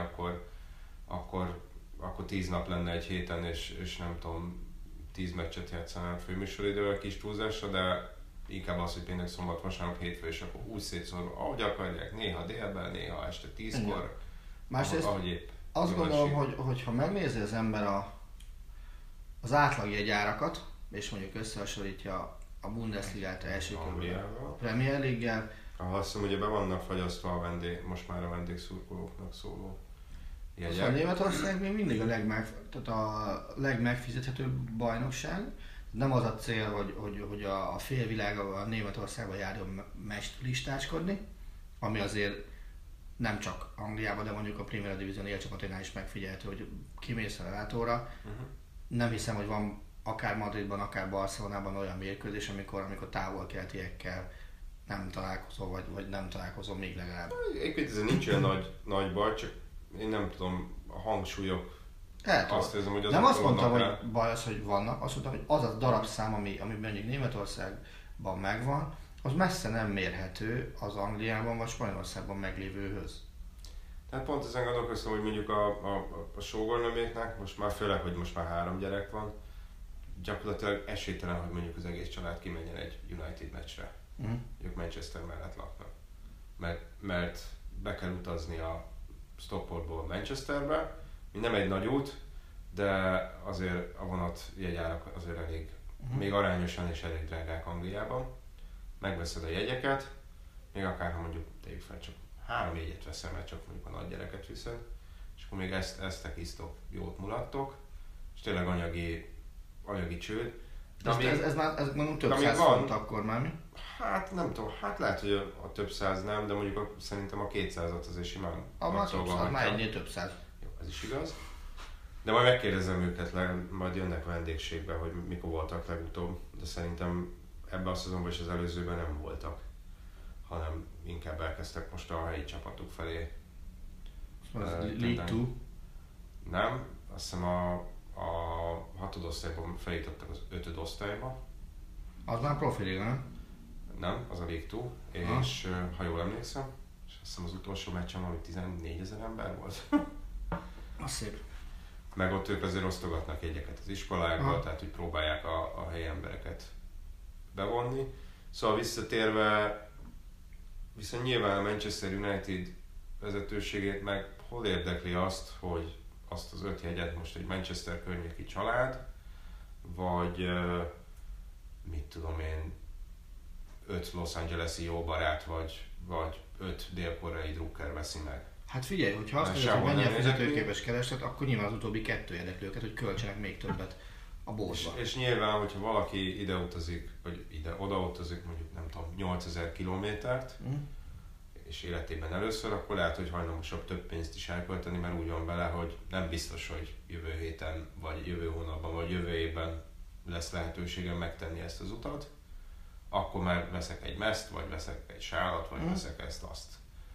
akkor 10 nap lenne egy héten, és nem tudom, 10 meccset játszanának főműsoridővel kis túlzásra, de inkább az, hogy péntek, szombat, vasárnap, hétfő, és akkor úgy szétszórva, ahogy akarják, néha délben, néha este 10-kor, ahogy épp. Azt gondolom, hogy ha megnézi az ember az átlagjegyárakat, és mondjuk összehasonlítja a Bundesligát első körül a Premier League-gel. Azt hiszem, ugye be vannak fagyasztva most már a vendégszurkolóknak szóló jegyek. Szóval Németország még mindig a legmegfizethetőbb bajnokság. Nem az a cél, hogy a félvilág a Németországban járjon listáskodni, ami azért nem csak Angliában, de mondjuk a Primera Division élcsapatainál is megfigyelhető, hogy kimész a látóra. Nem hiszem, hogy van akár Madridban, akár Barcelonában olyan mérkőzés, amikor távol-keltiekkel nem találkozol, vagy nem találkozol még legalább. Egyébként ez nincs olyan nagy baj, csak én nem tudom, a hangsúlyok. Azt érzem, hogy nem azt mondtam, hogy baj az, hogy vannak, azt mondtam, hogy az a darabszám, ami mondjuk Németországban megvan, az messze nem mérhető az Angliában vagy Spanyolországban meglévőhöz. Tehát pont ezen gondolkoztam, hogy mondjuk a sógornőméknek, most már főleg, hogy most már 3 gyerek van, gyakorlatilag esélytelen, hogy mondjuk az egész család kimenjen egy United meccsre. Ők Manchester mellett laknak. Mert be kell utazni a Stockportból Manchesterbe, nem egy nagy út, de azért a vonat jegyárak azért elég, még arányosan és elég drágák Angliában. megveszed a jegyeket, még akár ha mondjuk tegyük fel csak 3 jegyet veszel, mert csak mondjuk a nagy gyereket viszed, és akkor még ezt isztok, jót mulattok, és tényleg anyagi csőd. De ez már több száz font akkor már mi? Hát nem tudom, hát lehet, hogy a több száz nem, de mondjuk szerintem a 200-at azért simán magszolva. Már ennél több száz. Jó, ez is igaz. De majd megkérdezem őket, majd jönnek vendégségbe, hogy mikor voltak legutóbb, de szerintem ebben a szezonban és az előzőben nem voltak, hanem inkább elkezdtek most a helyi csapatok felé. League 2? Nem, azt hiszem a 6. osztályban felítottak az 5. osztályba. Az már profi liga, nem? Nem, az a League 2, és ha jól emlékszem, és azt hiszem az utolsó meccsen valami 14 000 ember volt. Az szép. Meg ott ők azért osztogatnak jegyeket az iskolákba, tehát hogy próbálják a helyi embereket bevonni. Szóval visszatérve, viszont nyilván a Manchester United vezetőségét meg hol érdekli azt, hogy azt az 5 jegyet most egy Manchester környéki család, vagy mit tudom én, 5 Los Angeles-i jó barát, vagy 5 dél-koreai drukker veszi meg. Hát figyelj, hogyha azt mondod, hogy mennyi a fizetőképes kereslet, akkor nyilván az utóbbi 2 érdekli őket, hogy költsenek még többet a boltba. És nyilván, hogyha valaki ide utazik, vagy oda utazik mondjuk nem tudom, 8000 kilométert, és életében először, akkor lehet, hogy hajlamosabb több pénzt is elkölteni, mert úgy van vele, hogy nem biztos, hogy jövő héten, vagy jövő hónapban, vagy jövő évben lesz lehetőségem megtenni ezt az utat. Akkor már veszek egy meszt, vagy veszek egy sálat, vagy veszek azt.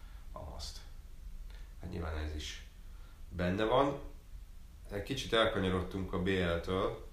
Hát nyilván ez is benne van. Egy kicsit elkanyarodtunk a BL-től.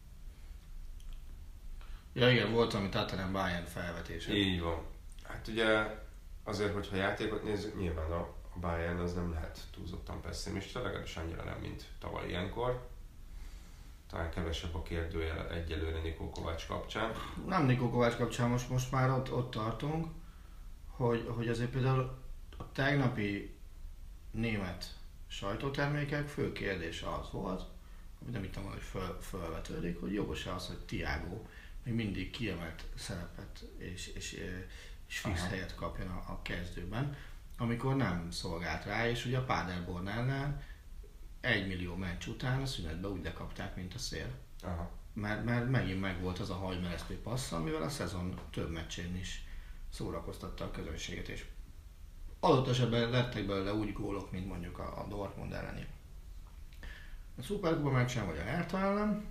Ja igen, volt valami Tottenham Bayern felvetése. Így van. Hát ugye azért, hogyha játékot nézzük, nyilván a Bayern az nem lehet túlzottan pessimista, legalábbis annyira nem, mint tavaly ilyenkor. Talán kevesebb a kérdőjel egyelőre Niko Kovács kapcsán. Nem Niko Kovács kapcsán, most már ott tartunk, hogy azért például a tegnapi német sajtótermékek fő kérdése az volt, amit nem hittem, hogy fölvetődik, hogy jogos-e az, hogy Thiago még mindig kiemelt szerepet és fix helyet kapjon a kezdőben, amikor nem szolgált rá, és ugye a Paderborn ellen 1 millió meccs után a szünetbe úgy lekapták, mint a szél. Aha. Mert megint megvolt az a hajmeresztő passz, amivel a szezon több meccsén is szórakoztatta a közönséget, és adott esetben lettek belőle úgy gólok, mint mondjuk a Dortmund elleni a Superkupa meccsen, vagy a Hertha ellen,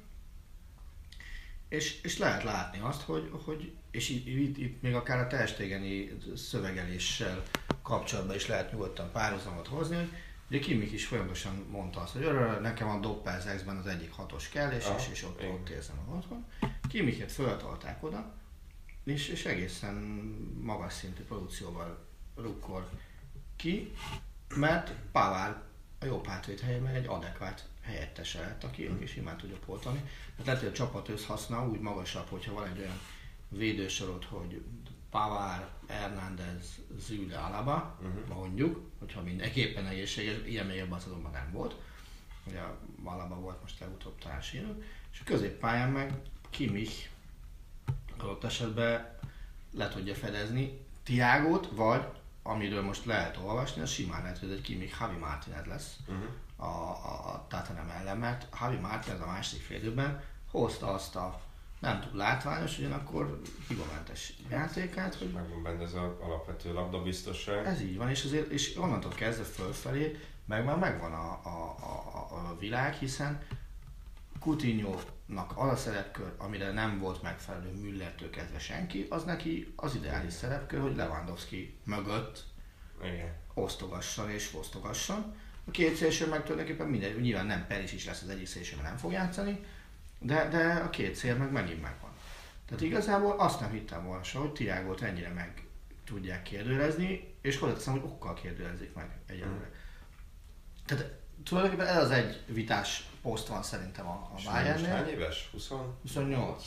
és lehet látni azt, hogy és itt még akár a Ter Stegeni szövegeléssel kapcsolatban is lehet nyugodtan párhuzamot hozni, hogy ugye Kimmich is folyamatosan mondta azt, hogy nekem a Doppelzexben az egyik 6-os kell, és ott érzem a otthon. Kimmichet föltolták oda, és egészen magas szintű produkcióval rukkor ki, mert Pavard a jobb hátvéd helyén meg egy adekvát helyettese lett, aki is simán tudja pótolni. Tehát lehet, hogy a csapat összhasznál úgy magasabb, hogyha van egy olyan védősorod, hogy Pavard, Hernández, Züle, Alaba, mondjuk, hogyha mindenképpen egészséges, ilyen még ebben a szezonban nem volt. Ugye Alaba volt most legutóbb talán sérült, és a középpályán meg Kimmich adott esetben le tudja fedezni Thiagót, vagy amiről most lehet olvasni, az simán lehet, hogy egy Kimmich Javi Martinez lesz a Tottenham ellen, mert Javi Martinez a második félidőben hozta azt a nem túl látványos, ugyanakkor hibamentes játékát. Hogy megvan benne ez az alapvető labdabiztosság. Ez így van, és onnantól kezdve fölfelé megvan a világ, hiszen Coutinho-nak az a szerepkör, amire nem volt megfelelő Müllertől kezdve senki, az neki az ideális szerepkör, hogy Lewandowski mögött osztogasson és fosztogasson. A két szélső meg tulajdonképpen mindegy, nyilván nem Perisic lesz az egyik szélső, mert nem fog játszani, de a két szél meg megint megvan. Tehát igazából azt nem hittem volna se, hogy Thiagót ennyire meg tudják kérdőlezni, és hozzáteszem, hogy okkal kérdőlezik meg egyelőre. Tehát tulajdonképpen ez az egy vitás poszt van szerintem a Bayernnél. Hány éves? 28.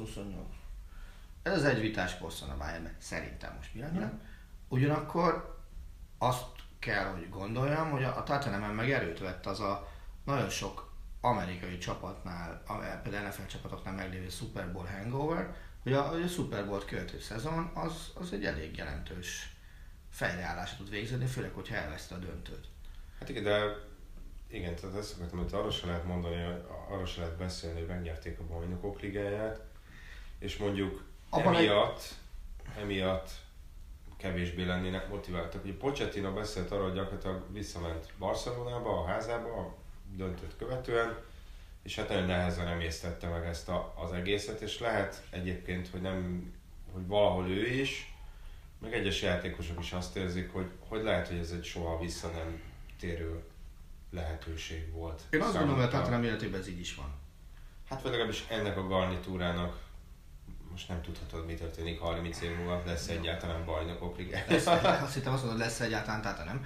Ez az egy vitás poszt van a Bayernnél, szerintem most pillanatnyilag. Ugyanakkor azt kell, hogy gondoljam, hogy a Tottenham meg erőt vett az a nagyon sok amerikai csapatnál, például NFL csapatoknál meglévő Super Bowl hangover, hogy a Super Bowl követő szezon az egy elég jelentős fejreállásra tud végzni, főleg, hogyha elveszte a döntőt. Hát igen, tehát ezt akartam, hogy arra se lehet mondani, arra se lehet beszélni, hogy megnyerték a Bajnokok Ligáját, és mondjuk emiatt kevésbé lennének motiváltak. Ugye Pochettino beszélt arról, hogy gyakorlatilag visszament Barcelonába, a házába, a döntőt követően, és hát nagyon nehezen emésztette meg ezt az egészet, és lehet egyébként, hogy valahol ő is, meg egyes játékosok is azt érzik, hogy lehet, hogy ez egy soha vissza nem térő lehetőség volt. Én azt gondolom, hogy a Tottenham életében ez így is van. Hát vagy legalábbis ennek a garnitúrának most nem tudhatod, mi történik 30 év múlva, lesz egyáltalán Bajnokok Ligája. Azt hittem azt mondod, lesz egyáltalán, tehát nem.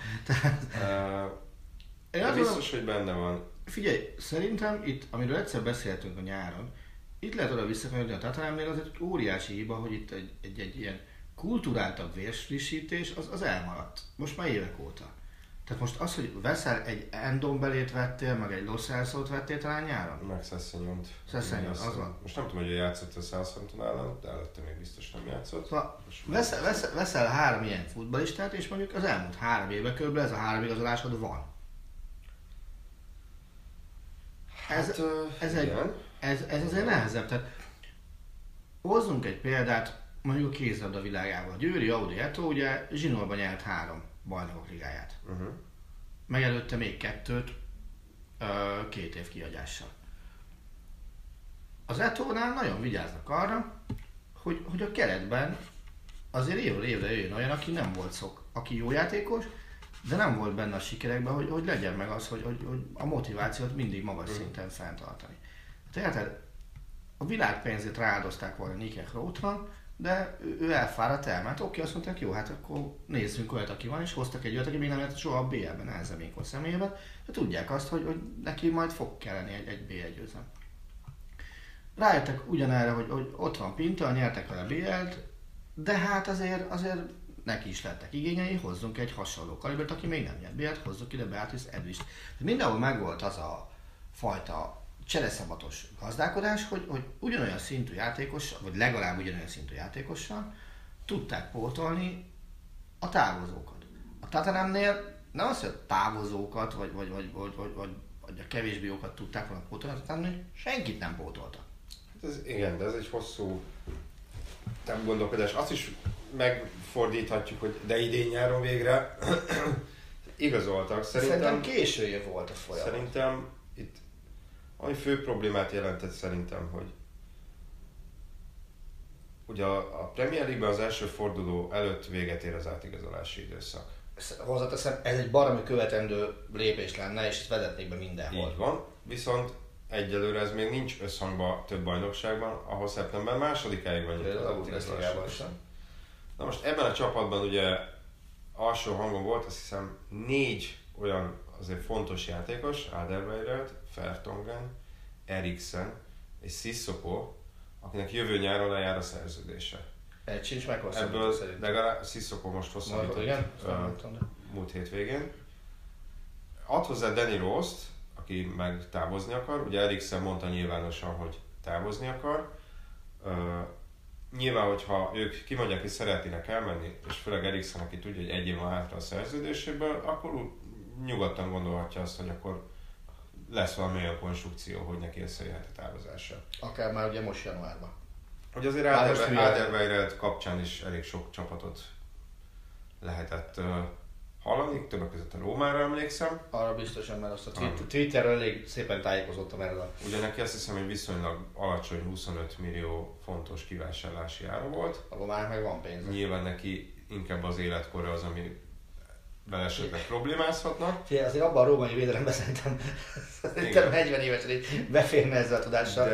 Biztos, hogy benne van. Figyelj, szerintem itt, amiről egyszer beszéltünk a nyáron, itt lehet oda visszakanyarodni a Tottenhamnél, az egy óriási hiba, hogy itt egy ilyen kulturáltabb vérsfrissítés, az elmaradt. Most már évek óta. Tehát most az, hogy veszel egy Endombelét vettél, meg egy Lo Celso-t vettél talán nyáron? Meg Sessenyont. Sessenyont, az van. Most nem tudom, hogy ő játszott a Southampton ellen, de előtte még biztos nem játszott. Szóval veszel 3 ilyen futballistát, és mondjuk az elmúlt 3 évben körülbelül ez a 3 igazolásod van. Ez azért nehezebb. Tehát hozzunk egy példát mondjuk a kézilabda világában. Győri Audi Eto ugye zsinórban nyert 3 Bajnokok Ligáját. Meg előtte még 2-t 2 év kihagyással. Az Etónál nagyon vigyáznak arra, hogy a keretben azért évről évre jöjjön olyan, aki nem volt aki jó játékos, de nem volt benne a sikerekben, hogy legyen meg az, hogy a motivációt mindig magas szinten fenntartani. Tehát a világ pénzét rááldozták volna Nike Grothra, de ő elfáradt, elment. Oké, azt mondták, jó, hát akkor nézzünk olyat, aki van, és hoztak egy olyat, aki még nem járt soha a BL-ben, elzemékor személyében, de tudják azt, hogy neki majd fog kelleni egy BL győzelem. Rájöttek ugyanerre, hogy ott van Pinta, nyertek vele BL-t, de hát azért neki is lettek igényei, hozzunk egy hasonló kalibert, aki még nem nyert BL-t, hozzuk ide Beatrice Edvist. Mindenhol megvolt az a fajta csereszabatos gazdálkodás, hogy ugyanolyan szintű játékossal, vagy legalább ugyanolyan szintű játékossal tudták pótolni a távozókat. A Tottenhamnél nem az, hogy a távozókat, vagy a kevésbé jókat tudták volna pótolni, hanem senkit nem pótoltak. Hát igen, de ez egy hosszú gondolkodás. Azt is megfordíthatjuk, hogy de idén nyáron végre igazoltak. Szerintem késője volt a folyamat. Szerintem itt ami fő problémát jelentett szerintem, hogy ugye a Premier League-ben az első forduló előtt véget ér az átigazolási időszak. Hozzáteszem, ez egy baromi követendő lépés lenne, és ezt vezetnék be mindenhol. Így van, viszont egyelőre ez még nincs összhangban több bajnokságban, ahol szeptember 2-áig van nyitott az átigazolási. Na most ebben a csapatban ugye alsó hangon volt, azt hiszem 4 olyan azért fontos játékos, Alderweireld, Vertonghen, Eriksen és Sissoko, akinek jövő nyáron lejár a szerződése. Egy sincs meg ebből legalább Sissoko most hosszabbított múlt hétvégén. Add hozzá Danny Rose-t, aki meg távozni akar, ugye Eriksen mondta nyilvánosan, hogy távozni akar. Nyilván, hogyha ők kimondják, hogy szeretnének elmenni, és főleg Eriksen, aki tudja, hogy 1 év van hátra a szerződéséből, akkor nyugodtan gondolhatja azt, hogy akkor lesz valami olyan konstrukció, hogy neki összejöhet a távozása. Akár már ugye most januárban. Hogy azért Alderweireld kapcsán is elég sok csapatot lehetett hallani, többek között a Rómára emlékszem. Arra biztosan, mert azt a Twitterről elég szépen tájékozottam erről. Ugye neki azt hiszem, hogy viszonylag alacsony 25 millió fontos kivásárlási ára volt. Akkor már meg van pénz. Nyilván neki inkább az életkora az, ami vele esetleg problémázhatnak. Figyelj, azért abban a római védelemben szerintem 40 évesen így beférne ezzel a tudással.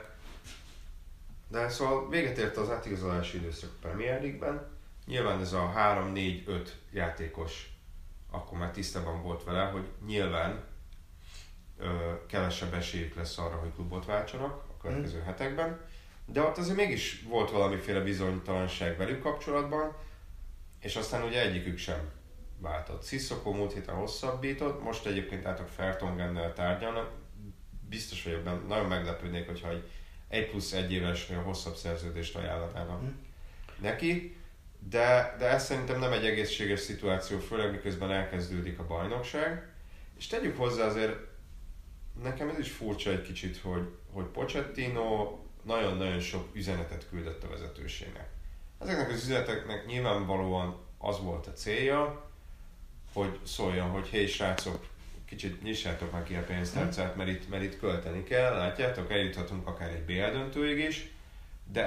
De szóval véget ért az átigazolási időszak a Premier League-ben. Nyilván ez a 3-4-5 játékos akkor már tisztában volt vele, hogy nyilván kevesebb esélyük lesz arra, hogy klubot váltsanak a következő hetekben. De ott azért mégis volt valamiféle bizonytalanság velük kapcsolatban, és aztán ugye egyikük sem váltott. Sissoko múlt héten hosszabbított, most egyébként álltak Vertonghennel tárgyalnak. Biztos vagyok benne, nagyon meglepődnék, hogyha 1+1 évesnél hosszabb szerződést ajánlanának neki, de ez szerintem nem egy egészséges szituáció, főleg miközben elkezdődik a bajnokság. És tegyük hozzá azért, nekem ez is furcsa egy kicsit, hogy Pochettino nagyon-nagyon sok üzenetet küldött a vezetőségnek. Ezeknek az üzeneteknek nyilvánvalóan az volt a célja, hogy szóljon, hogy hé srácok, kicsit nyissátok már ki a pénztárcát, mert itt költeni kell, látjátok, eljuthatunk akár egy BL döntőig is, de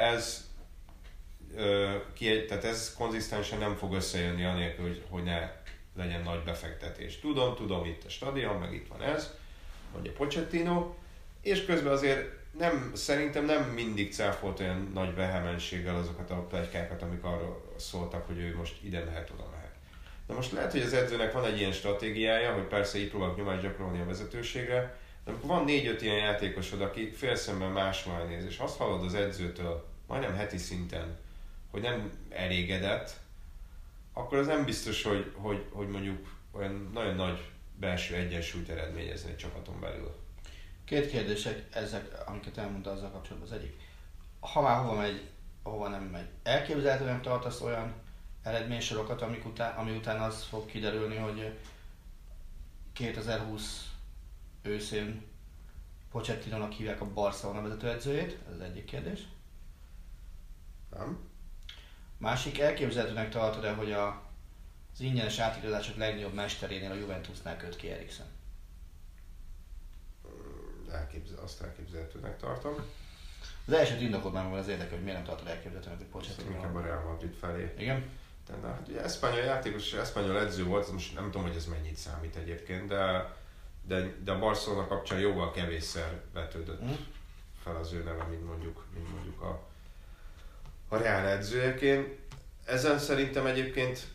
tehát ez konzisztensen nem fog összejönni anélkül, hogy ne legyen nagy befektetés. Tudom, itt a stadion, meg itt van ez, mondja Pochettino, és közben azért szerintem nem mindig cáfolt olyan nagy vehemenséggel azokat a pletykákat, amik arról szóltak, hogy ő most ide mehet, oda mehet. Na most lehet, hogy az edzőnek van egy ilyen stratégiája, hogy persze így próbálok nyomást gyakorolni a vezetőségre, de amikor van 4-5 ilyen játékosod, aki félszemben máshol néz, és azt hallod az edzőtől majdnem heti szinten, hogy nem elégedett, akkor az nem biztos, hogy mondjuk olyan nagyon nagy belső egyensúlyt eredményezni egy csapaton belül. Két kérdések, ezek, amiket elmondta azzal kapcsolatban. Az egyik, ha már hova megy, hova nem megy. Elképzelhetően tartasz olyan eredménysorokat, ami után az fog kiderülni, hogy 2020 őszén Pochettinónak hívják a Barcelona vezetőedzőjét? Ez az egyik kérdés. Nem. Másik, elképzelhetőnek tartod-e, hogy az ingyenes átigazások legnagyobb mesterénél a Juventusnál köt ki Eriksen? Azt elképzelhetőnek tartom. Az elsőt indokolt már az érdekel, hogy miért nem tartod elképzelhetőnek, hogy Pochettino. Inkább a Real Madrid felé. Igen? De hát ugye eszpanyol játékos, eszpanyol edző volt, most nem tudom, hogy ez mennyit számít egyébként, de a Barcelona kapcsán jóval kevésszer vetődött fel az ő neve, mint mondjuk a Real edzőjeként. Ezen szerintem egyébként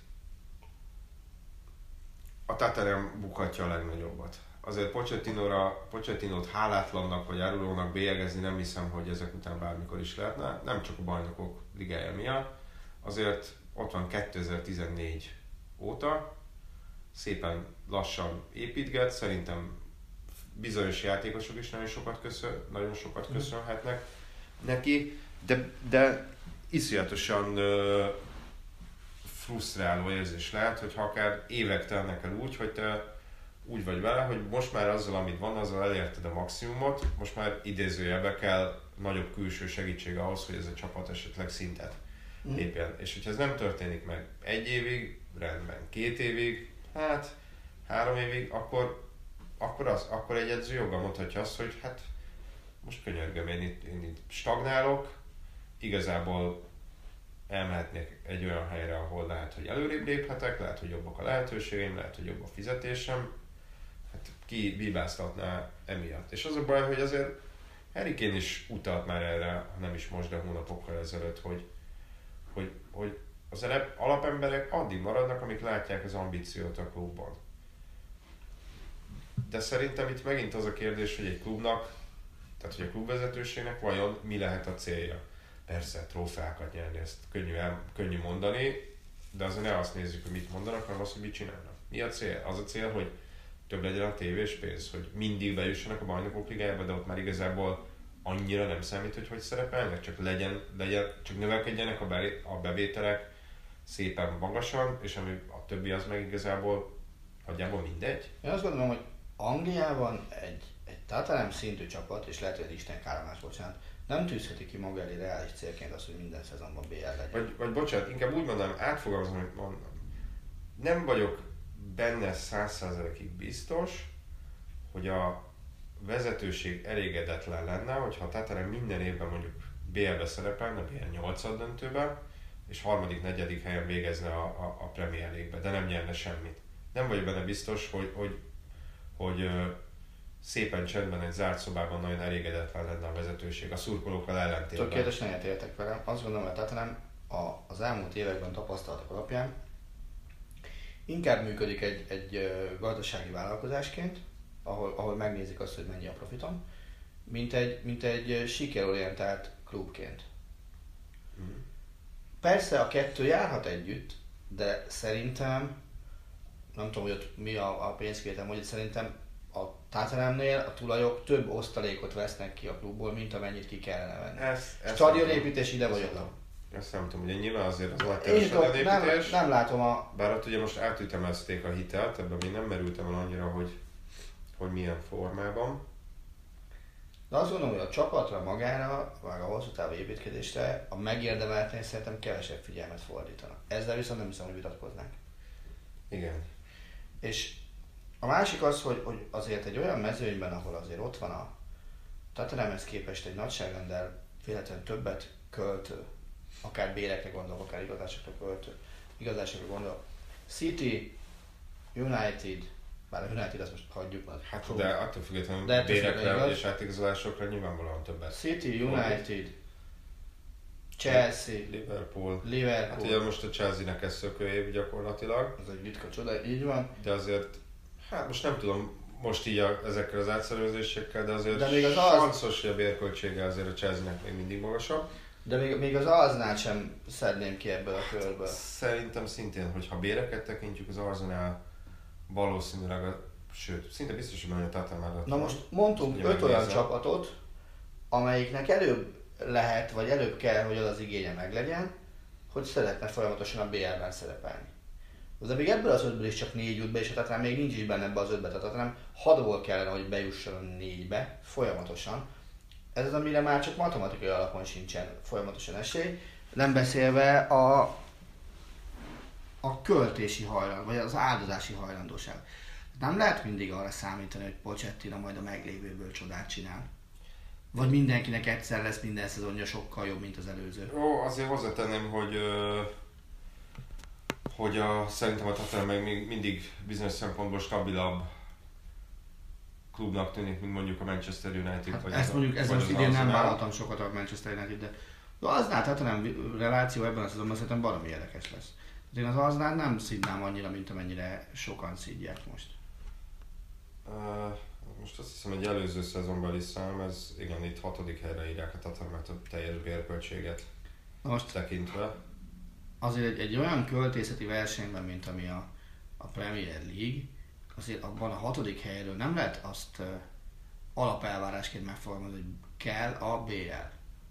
a Tottenham bukhatja a legnagyobbat. Azért Pochettinót hálátlannak vagy árulónak bélyegezni nem hiszem, hogy ezek után bármikor is lehetne, nem csak a bajnokok ligája miatt. Azért ott van 2014 óta, szépen lassan építget, szerintem bizonyos játékosok is nagyon sokat köszönhetnek neki, de iszonyatosan frusztráló érzés lehet, hogy ha akár évek telnek el úgy, hogy te úgy vagy vele, hogy most már azzal, amit van, azzal elérted a maximumot, most már idézőjelbe kell nagyobb külső segítség ahhoz, hogy ez a csapat esetleg szintet lépjen. És hogyha ez nem történik meg 1 évig, rendben 2 évig, 3 évig, akkor egy edző joggal mondhatja azt, hogy hát most könyörgöm, én itt stagnálok, igazából elmehetnék egy olyan helyre, ahol lehet, hogy előrébb léphetek, lehet, hogy jobbak a lehetőségeim, lehet, hogy jobb a fizetésem, hát ki bíbáztatná emiatt. És az a baj, hogy azért Harry Kane is utalt már erre, ha nem is most, de hónapokkal ezelőtt, hogy az alapemberek addig maradnak, amik látják az ambíciót a klubban. De szerintem itt megint az a kérdés, hogy egy klubnak, tehát hogy a klubvezetőségnek vajon mi lehet a célja. Persze, trófeákat nyerni, ezt könnyű mondani, de azért ne azt nézzük, hogy mit mondanak, hanem azt, hogy mit csinálnak. Mi a cél? Az a cél, hogy több legyen a tévés pénz, hogy mindig bejussanak a bajnokok ligájába, de ott már igazából annyira nem számít, hogy szerepelnek, csak csak növekedjenek a bevételek szépen magasan, és ami a többi az meg igazából nagyjából mindegy. Én azt gondolom, hogy Angliában egy Tottenham szintű csapat, és lehet, hogy ez Isten káromlás, bocsánat, nem tűzheti ki maga elé reális célként azt, hogy minden szezonban BL legyen. Vagy bocsánat, inkább úgy mondanám, átfogalmazom, hogy mondom. Nem vagyok benne 100%-ig biztos, hogy a vezetőség elégedetlen lenne, hogyha a Tottenham minden évben mondjuk BL-be szerepelne, BL 8-ad döntőben, és 3.-4. helyen végezne a Premier League-be, de nem nyerne semmit. Nem vagyok benne biztos, hogy szépen csendben egy zárt szobában nagyon elégedetlen lenne a vezetőség, a szurkolókkal ellentétben. Tökéletesen egyetértek velem. Azt gondolom, hogy a Tottenham az elmúlt években tapasztalatok alapján inkább működik egy gazdasági vállalkozásként, ahol megnézik azt, hogy mennyi a profitom, mint egy sikerorientált klubként. Persze a kettő járhat együtt, de szerintem, nem tudom, hogy ott mi a pénzkétel, hogy szerintem a Tottenhamnél a tulajok több osztalékot vesznek ki a klubból, mint amennyit ki kellene venni. Stadionépítés ide vagy oda. Ezt nem tudom, ugye nyilván azért az volt Én nem látom a... Bár ott ugye most átütemezték a hitelt, ebben még nem merültem el annyira, hogy milyen formában. De azt gondolom, hogy a csapatra, magára, vagy a hosszú távú építkezésre a megérdemeltnél szerintem kevesebb figyelmet fordítanak. Ezzel viszont nem hiszem, hogy vitatkoznánk. Igen. És a másik az, hogy azért egy olyan mezőnyben, ahol azért ott van a Tottenhamhez képest egy nagyságrendel véletlenül többet költő, akár bérekre gondolok, akár igazásokra gondolok. City, United, bár a United azt most hagyjuk meg. Hát de attól függetlenül bérekre és átigazolásokra nyilvánvalóan többet. City, United, Chelsea, Liverpool. Hát ugye most a Chelsea-nek ez szökőév gyakorlatilag. Ez egy ritka csoda, így van. De azért, hát most nem tudom, most így ezekkel az átszervezésekkel, de azért de még az sanszos, hogy a bérköltsége azért a Chelsea-nek még mindig magasabb. De még az Arsenal sem szedném ki ebből a körből. Szerintem szintén, hogyha béreket tekintjük, az Arsenal valószínűleg, sőt, szinte biztos, hogy a Tottenham. Na most mondtunk 5 olyan csapatot, amelyiknek előbb lehet, vagy előbb kell, hogy az az igénye meglegyen, hogy szeretne folyamatosan a BL-ben szerepelni. De még ebből az 5-ből is csak 4 jut be, és a Tottenham még nincs is benne ebbe az 5-be, tehát hanem 6-ból kellene, hogy bejusson a 4-be folyamatosan. Ez az, amire már csak matematikai alapon sincsen folyamatosan esély, nem beszélve a költési hajlandóság, vagy az áldozási hajlandóság. Nem lehet mindig arra számítani, hogy Pochettino majd a meglévőből csodát csinál. Vagy mindenkinek egyszer lesz minden szezonja sokkal jobb, mint az előző. Ó, azért hozzátenném, hogy szerintem a Tottenham még mindig bizonyos szempontból stabilabb klubnak tűnik, mint mondjuk a Manchester United. Hát vagy ezt mondjuk, ez most idén nem vállaltam sokat a Manchester United, de az Arsenal Tottenham reláció ebben a szezonban szerintem valami érdekes lesz. Én az Arsenal nem szidnám annyira, mint amennyire sokan szidják most. Most azt hiszem, hogy előző szezonbeli szám, ez igen, itt 6. helyre írják a Tottenhamet a teljes bérköltséget most tekintve. Azért egy olyan költészeti versenyben, mint ami a Premier League, azért abban a 6. helyről nem lehet azt alapelvárásként megfogalmazni, hogy kell a BL.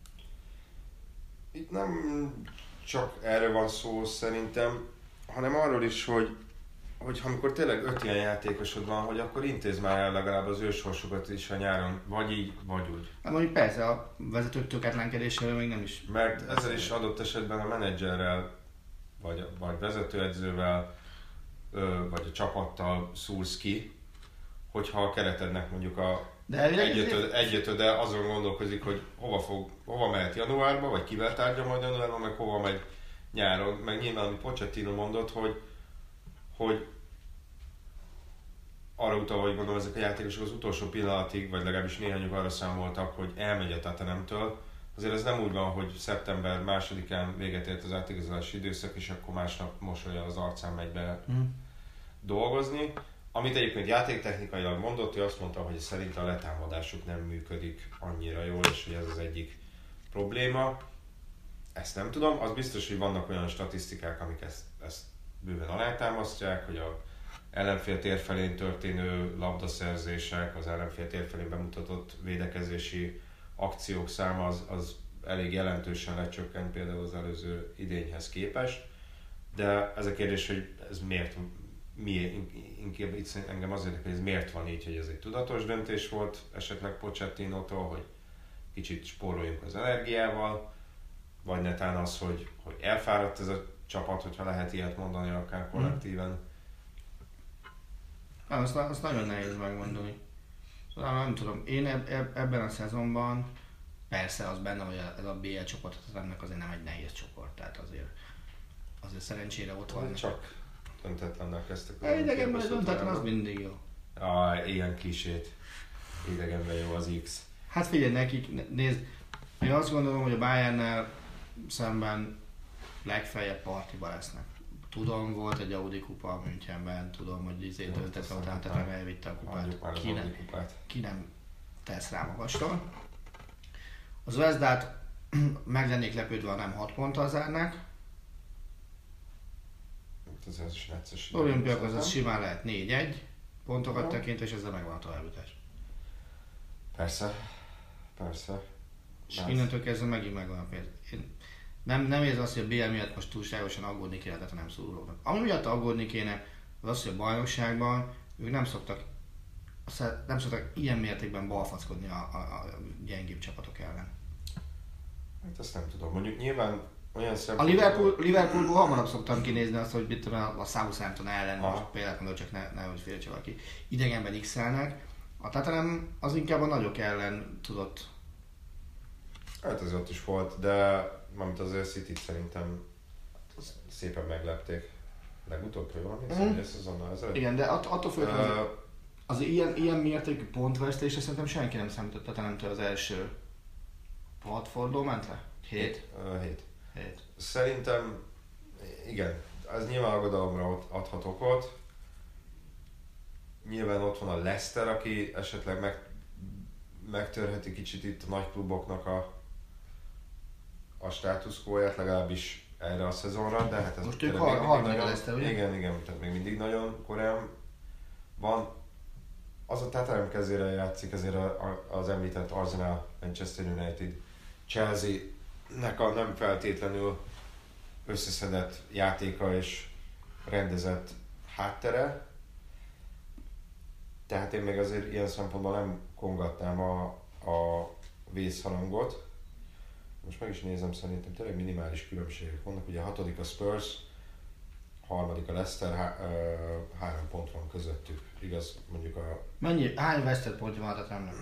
Itt nem csak erről van szó szerintem, hanem arról is, hogy amikor tényleg 5 ilyen játékosod van, hogy akkor intézd már el legalább az ősorsokat is a nyáron, vagy így, vagy úgy. Hát mondjuk persze, a vezetők tökéletlenkedéséről még nem is. Mert ezzel is adott esetben a menedzserrel, vagy vezetőedzővel, vagy a csapattal szúrsz ki, hogyha a keretednek mondjuk egyötöde azon gondolkozik, hogy hova mehet januárba, vagy kivel tárgya majd januárban, meg hova megy nyáron. Meg nyilván, amit Pochettino mondott, hogy arra utalva, hogy gondolom ezek a játékosok az utolsó pillanatig, vagy legalábbis néhányuk arra számoltak, hogy elmegy a Tottenhamtől. Azért ez nem úgy van, hogy szeptember 2-án véget ért az átigazolási időszak, és akkor másnap mosolya az arcán megy be dolgozni. Amit egyébként játéktechnikailag mondott, ő azt mondta, hogy szerint a letámadásuk nem működik annyira jól, és hogy ez az egyik probléma. Ezt nem tudom, az biztos, hogy vannak olyan statisztikák, amik ezt bőven alátámasztják, hogy a ellenfél térfelén történő labdaszerzések, az ellenfél térfelén bemutatott védekezési akciók száma az elég jelentősen lecsökkent például az előző idényhez képest. De ez a kérdés, hogy ez miért inkább engem az érdekel, hogy ez miért van így, hogy ez egy tudatos döntés volt esetleg Pochettinótól, hogy kicsit spóroljunk az energiával, vagy netán az, hogy elfáradt ez a csapat, hogyha lehet ilyet mondani akár kollektíven. Azt nagyon nehéz megmondani. Szóval nem tudom, én ebben a szezonban persze az benne, hogy ez a BL csoport, ennek azért nem egy nehéz csoport, tehát azért szerencsére ott van. Csak döntetlennel kezdtek. Idegenben döntetlen az mindig jó. Ilyen klisét. Idegenben jó az X. Hát figyelj nekik, nézd, én azt gondolom, hogy a Bayernnel szemben legfeljebb partiba lesznek. Tudom, volt egy Audi kupa Münchenben, tudom, hogy döntetlen után Tottenham elvitte a kupát. Ki nem tesz rá magastól. Az Zvezdát meg lennék lepődve, ha nem 6 ponttal zárnák. Ez is necces. Olimpiakhoz az simán lehet 4-1 pontokat tekintve, és ezzel megvan a továbbjutás. Persze. És innentől kezdve megint megvan a pénz. Én nem érzem azt, hogy a BL miatt most túlságosan aggódni kéne, tehát nem szurkolóknak. Ami miatt aggódni kéne, az, hogy a bajnokságban ők nem szoktak ilyen mértékben balfackodni a gyengébb csapatok ellen. Hát ezt nem tudom. Mondjuk nyilván olyan A Liverpoolból hamarabb szoktam kinézni azt, hogy mit tudom, a Southampton ellen, most például mondom, csak nehogy félrecsek valaki, idegenben x-elnek. A Tottenham az inkább a nagyok ellen tudott. Hát ez ott is volt, de mármint azért City-t szerintem szépen meglepték. Legutóbb jól nézem, hogy szezonnal ezelőtt. Igen, de attól függetlenül az ilyen mértékű pontvesztésre szerintem senki nem számított a Tottenhamtől az első forduló ment le? 7. Szerintem igen, ez nyilván aggodalomra adhat okot. Nyilván ott van a Leicester, aki esetleg megtörheti kicsit itt a nagy kluboknak a státuszkóját, legalábbis erre a szezonra, de hát ez most ők harmadik a Leicester, ugye? Igen, tehát még mindig nagyon korán van. Az a Tottenham kezére játszik, ezért az említett Arsenal, Manchester United, Chelsea-nek a nem feltétlenül összeszedett játéka és rendezett háttere. Tehát én még azért ilyen szempontból nem kongatnám a vészharangot. Most meg is nézem, szerintem tényleg minimális különbségek vannak. Ugye a 6. a Spurs, 3. a Leicester, 3 pont van közöttük. Igaz, mondjuk a... Hány vesztett pontja van a Tottenhamnek?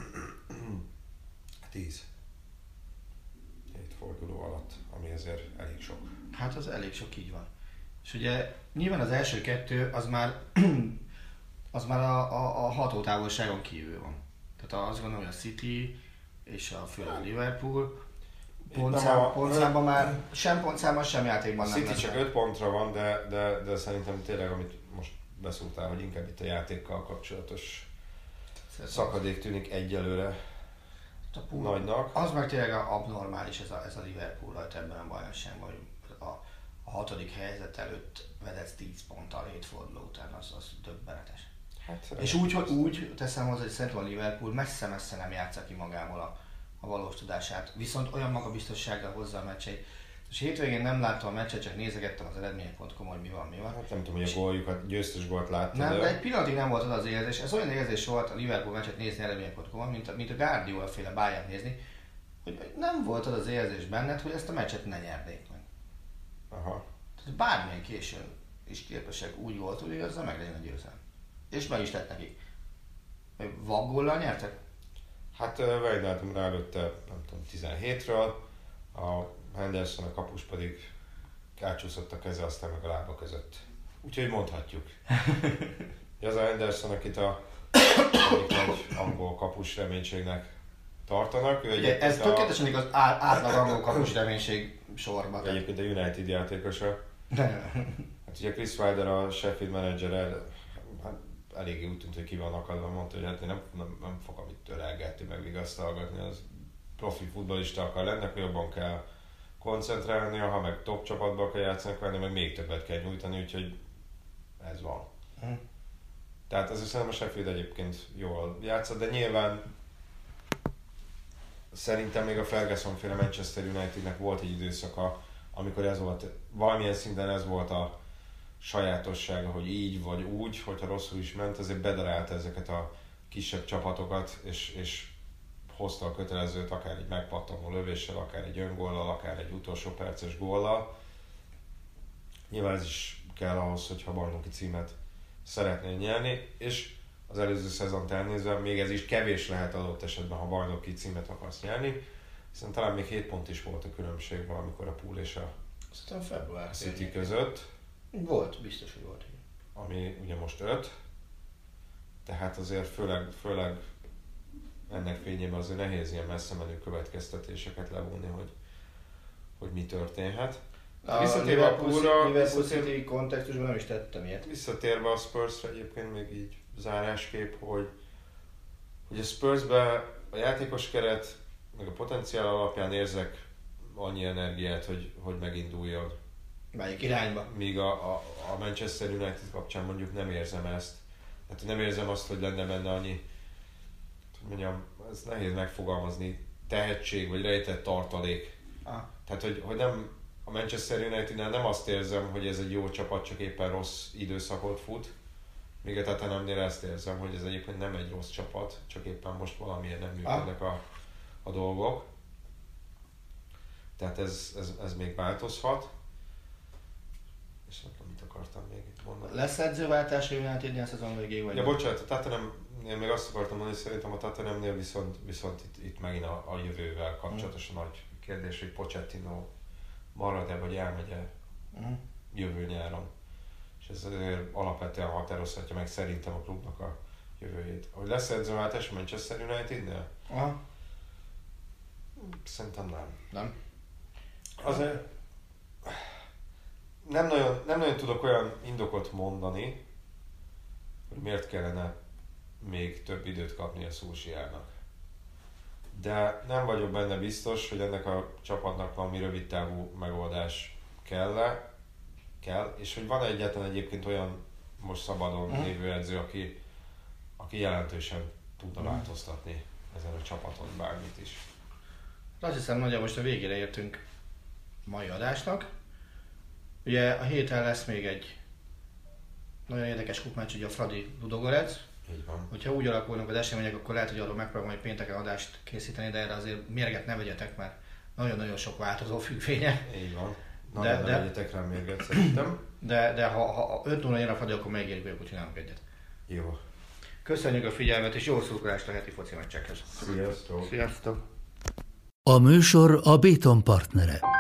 10. 7 forduló alatt, ami ezért elég sok. Hát az elég sok, így van. És ugye nyilván az első 2 az már a hatótávolságon kívül van. Tehát azt gondolom, hogy a City és főleg a Liverpool pontszámban már sem pontszámban, sem játékban nem City csak 5 pontra van, de szerintem tényleg, amit most beszóltál, hogy inkább itt a játékkal kapcsolatos szakadék tűnik egyelőre nagynak. Az meg tényleg abnormális ez a Liverpool rajta ebben a bajnokságban, hogy a 6. helyzet előtt vezetsz 10 ponttal 7 forduló után, az döbbenetes. Hát, és úgy teszem hozzá, hogy szerintem a Liverpool messze-messze nem játsza ki magából a valós tudását, viszont olyan magabiztossággal hozza a meccseit. És hétvégén nem láttam a meccset, csak nézegettem az eredmények.com, hogy mi van. Hát nem tudom, hogy a góljukat, győztes gólt láttam. Nem, de egy pillanatig nem volt az érzés. Ez olyan érzés volt a Liverpool meccset nézni eredmények.com, mint a Guardiola féle Bayern nézni, hogy nem volt az érzés benned, hogy ezt a meccset ne nyernék meg. Aha. Tehát bármilyen későn is képesek úgy volt, hogy ezzel meg legyen a győzelem. És meg is tett nekik. Vaggóllal nyertek? Hát Wijnaldum rálőtte, nem tudom, 17-ről, a Henderson, a kapus pedig elcsúszott a keze, aztán meg a lába között. Úgyhogy mondhatjuk. Az a Henderson, akit a nagy angol kapus reménységnek tartanak. Ugye, ez tökéletesen igaz átlag angol kapus reménység sorban. Egyébként a United játékosa. Hát ugye Chris Wilder, a Sheffield menedzser, hát eléggé úgy tűnt, hogy ki van akadva, mondta, hogy hát én nem fogom itt törelgetni, meg vigasztalgatni, az profi futballista akar lenni, akkor jobban kell koncentrálnia, ha meg top csapatba akar játszani, venni, meg még többet kell nyújtani, úgyhogy ez van. Tehát azért szerintem a Sheffield egyébként jól játszott, de nyilván szerintem még a Ferguson-féle Manchester Unitednek volt egy időszaka, amikor ez volt, valamilyen szinten ez volt a sajátossága, hogy így vagy úgy, hogyha rosszul is ment, azért bedarálta ezeket a kisebb csapatokat, és hozta a kötelezőt akár egy megpattanó lövéssel, akár egy öngóllal, akár egy utolsó perces góllal. Nyilván ez is kell ahhoz, hogyha bajnoki címet szeretnél nyerni, és az előző szezont elnézve még ez is kevés lehet adott esetben, ha bajnoki címet akarsz nyerni, hiszen talán még 7 pont is volt a különbség valamikor a Pool és a City között. Volt, biztos, hogy volt. Ami ugye most 5, tehát azért főleg ennek fényében azért nehéz ilyen messze menő következtetéseket levonni, hogy mi történhet. Visszatérve a Liverpool City kontextusban nem is tettem ilyet. Visszatérve a Spursre egyébként még így zárásképp, hogy a Spursbe a játékos keret, meg a potenciál alapján érzek annyi energiát, hogy meginduljon. Melyik irányba? Míg a Manchester United kapcsán mondjuk nem érzem ezt. Hát nem érzem azt, hogy lenne benne annyi, hogy mondjam, ez nehéz megfogalmazni, tehetség vagy rejtett tartalék. Tehát, hogy nem a Manchester Unitednál nem azt érzem, hogy ez egy jó csapat, csak éppen rossz időszakot fut. Míg a Tottenhamnél ezt érzem, hogy ez egyébként nem egy rossz csapat, csak éppen most valamiért nem működnek a dolgok. Tehát ez még változhat. És nem tudom, mit akartam még itt mondani. Lesz edzőváltás a Unitednél a szezon végéig? Vagy ja, bocsánat, a Tottenham, én még azt akartam mondani, hogy szerintem a Tottenhamnél viszont itt megint a jövővel kapcsolatos a nagy kérdés, hogy Pochettino marad-e vagy elmegy-e jövő nyáron. És ez azért alapvetően határozhatja meg szerintem a klubnak a jövőjét. Hogy lesz edzőváltás a Manchester Unitednél? Aha. Szerintem nem. Nem? Azért nem nagyon tudok olyan indokot mondani, hogy miért kellene még több időt kapni a Solskjaernak. De nem vagyok benne biztos, hogy ennek a csapatnak valami rövidtávú megoldás kell, és hogy van egyáltalán egyébként olyan most szabadon lévő edző, aki jelentősen tudna változtatni ezen a csapaton bármit is. Azt hiszem, nagyon most a végére értünk mai adásnak. Ugye a héten lesz még egy nagyon érdekes kupmeccs, ugye a Fradi Ludogorec. Így van. Hogyha úgy alakulnak az események, akkor lehet, hogy arról megpróbálom majd pénteken adást készíteni, de erre azért mérget ne vegyetek, mert nagyon-nagyon sok változó függvénye. Így van. Ne vegyetek rá mérget szerintem. De ha 5-0 jön a Fradi, akkor megérjük, hogy csinálunk egyet. Jó. Köszönjük a figyelmet, és jó szurkolást a heti foci meccsekhez. Sziasztok! Sziasztok! A műsor a Béton partnere.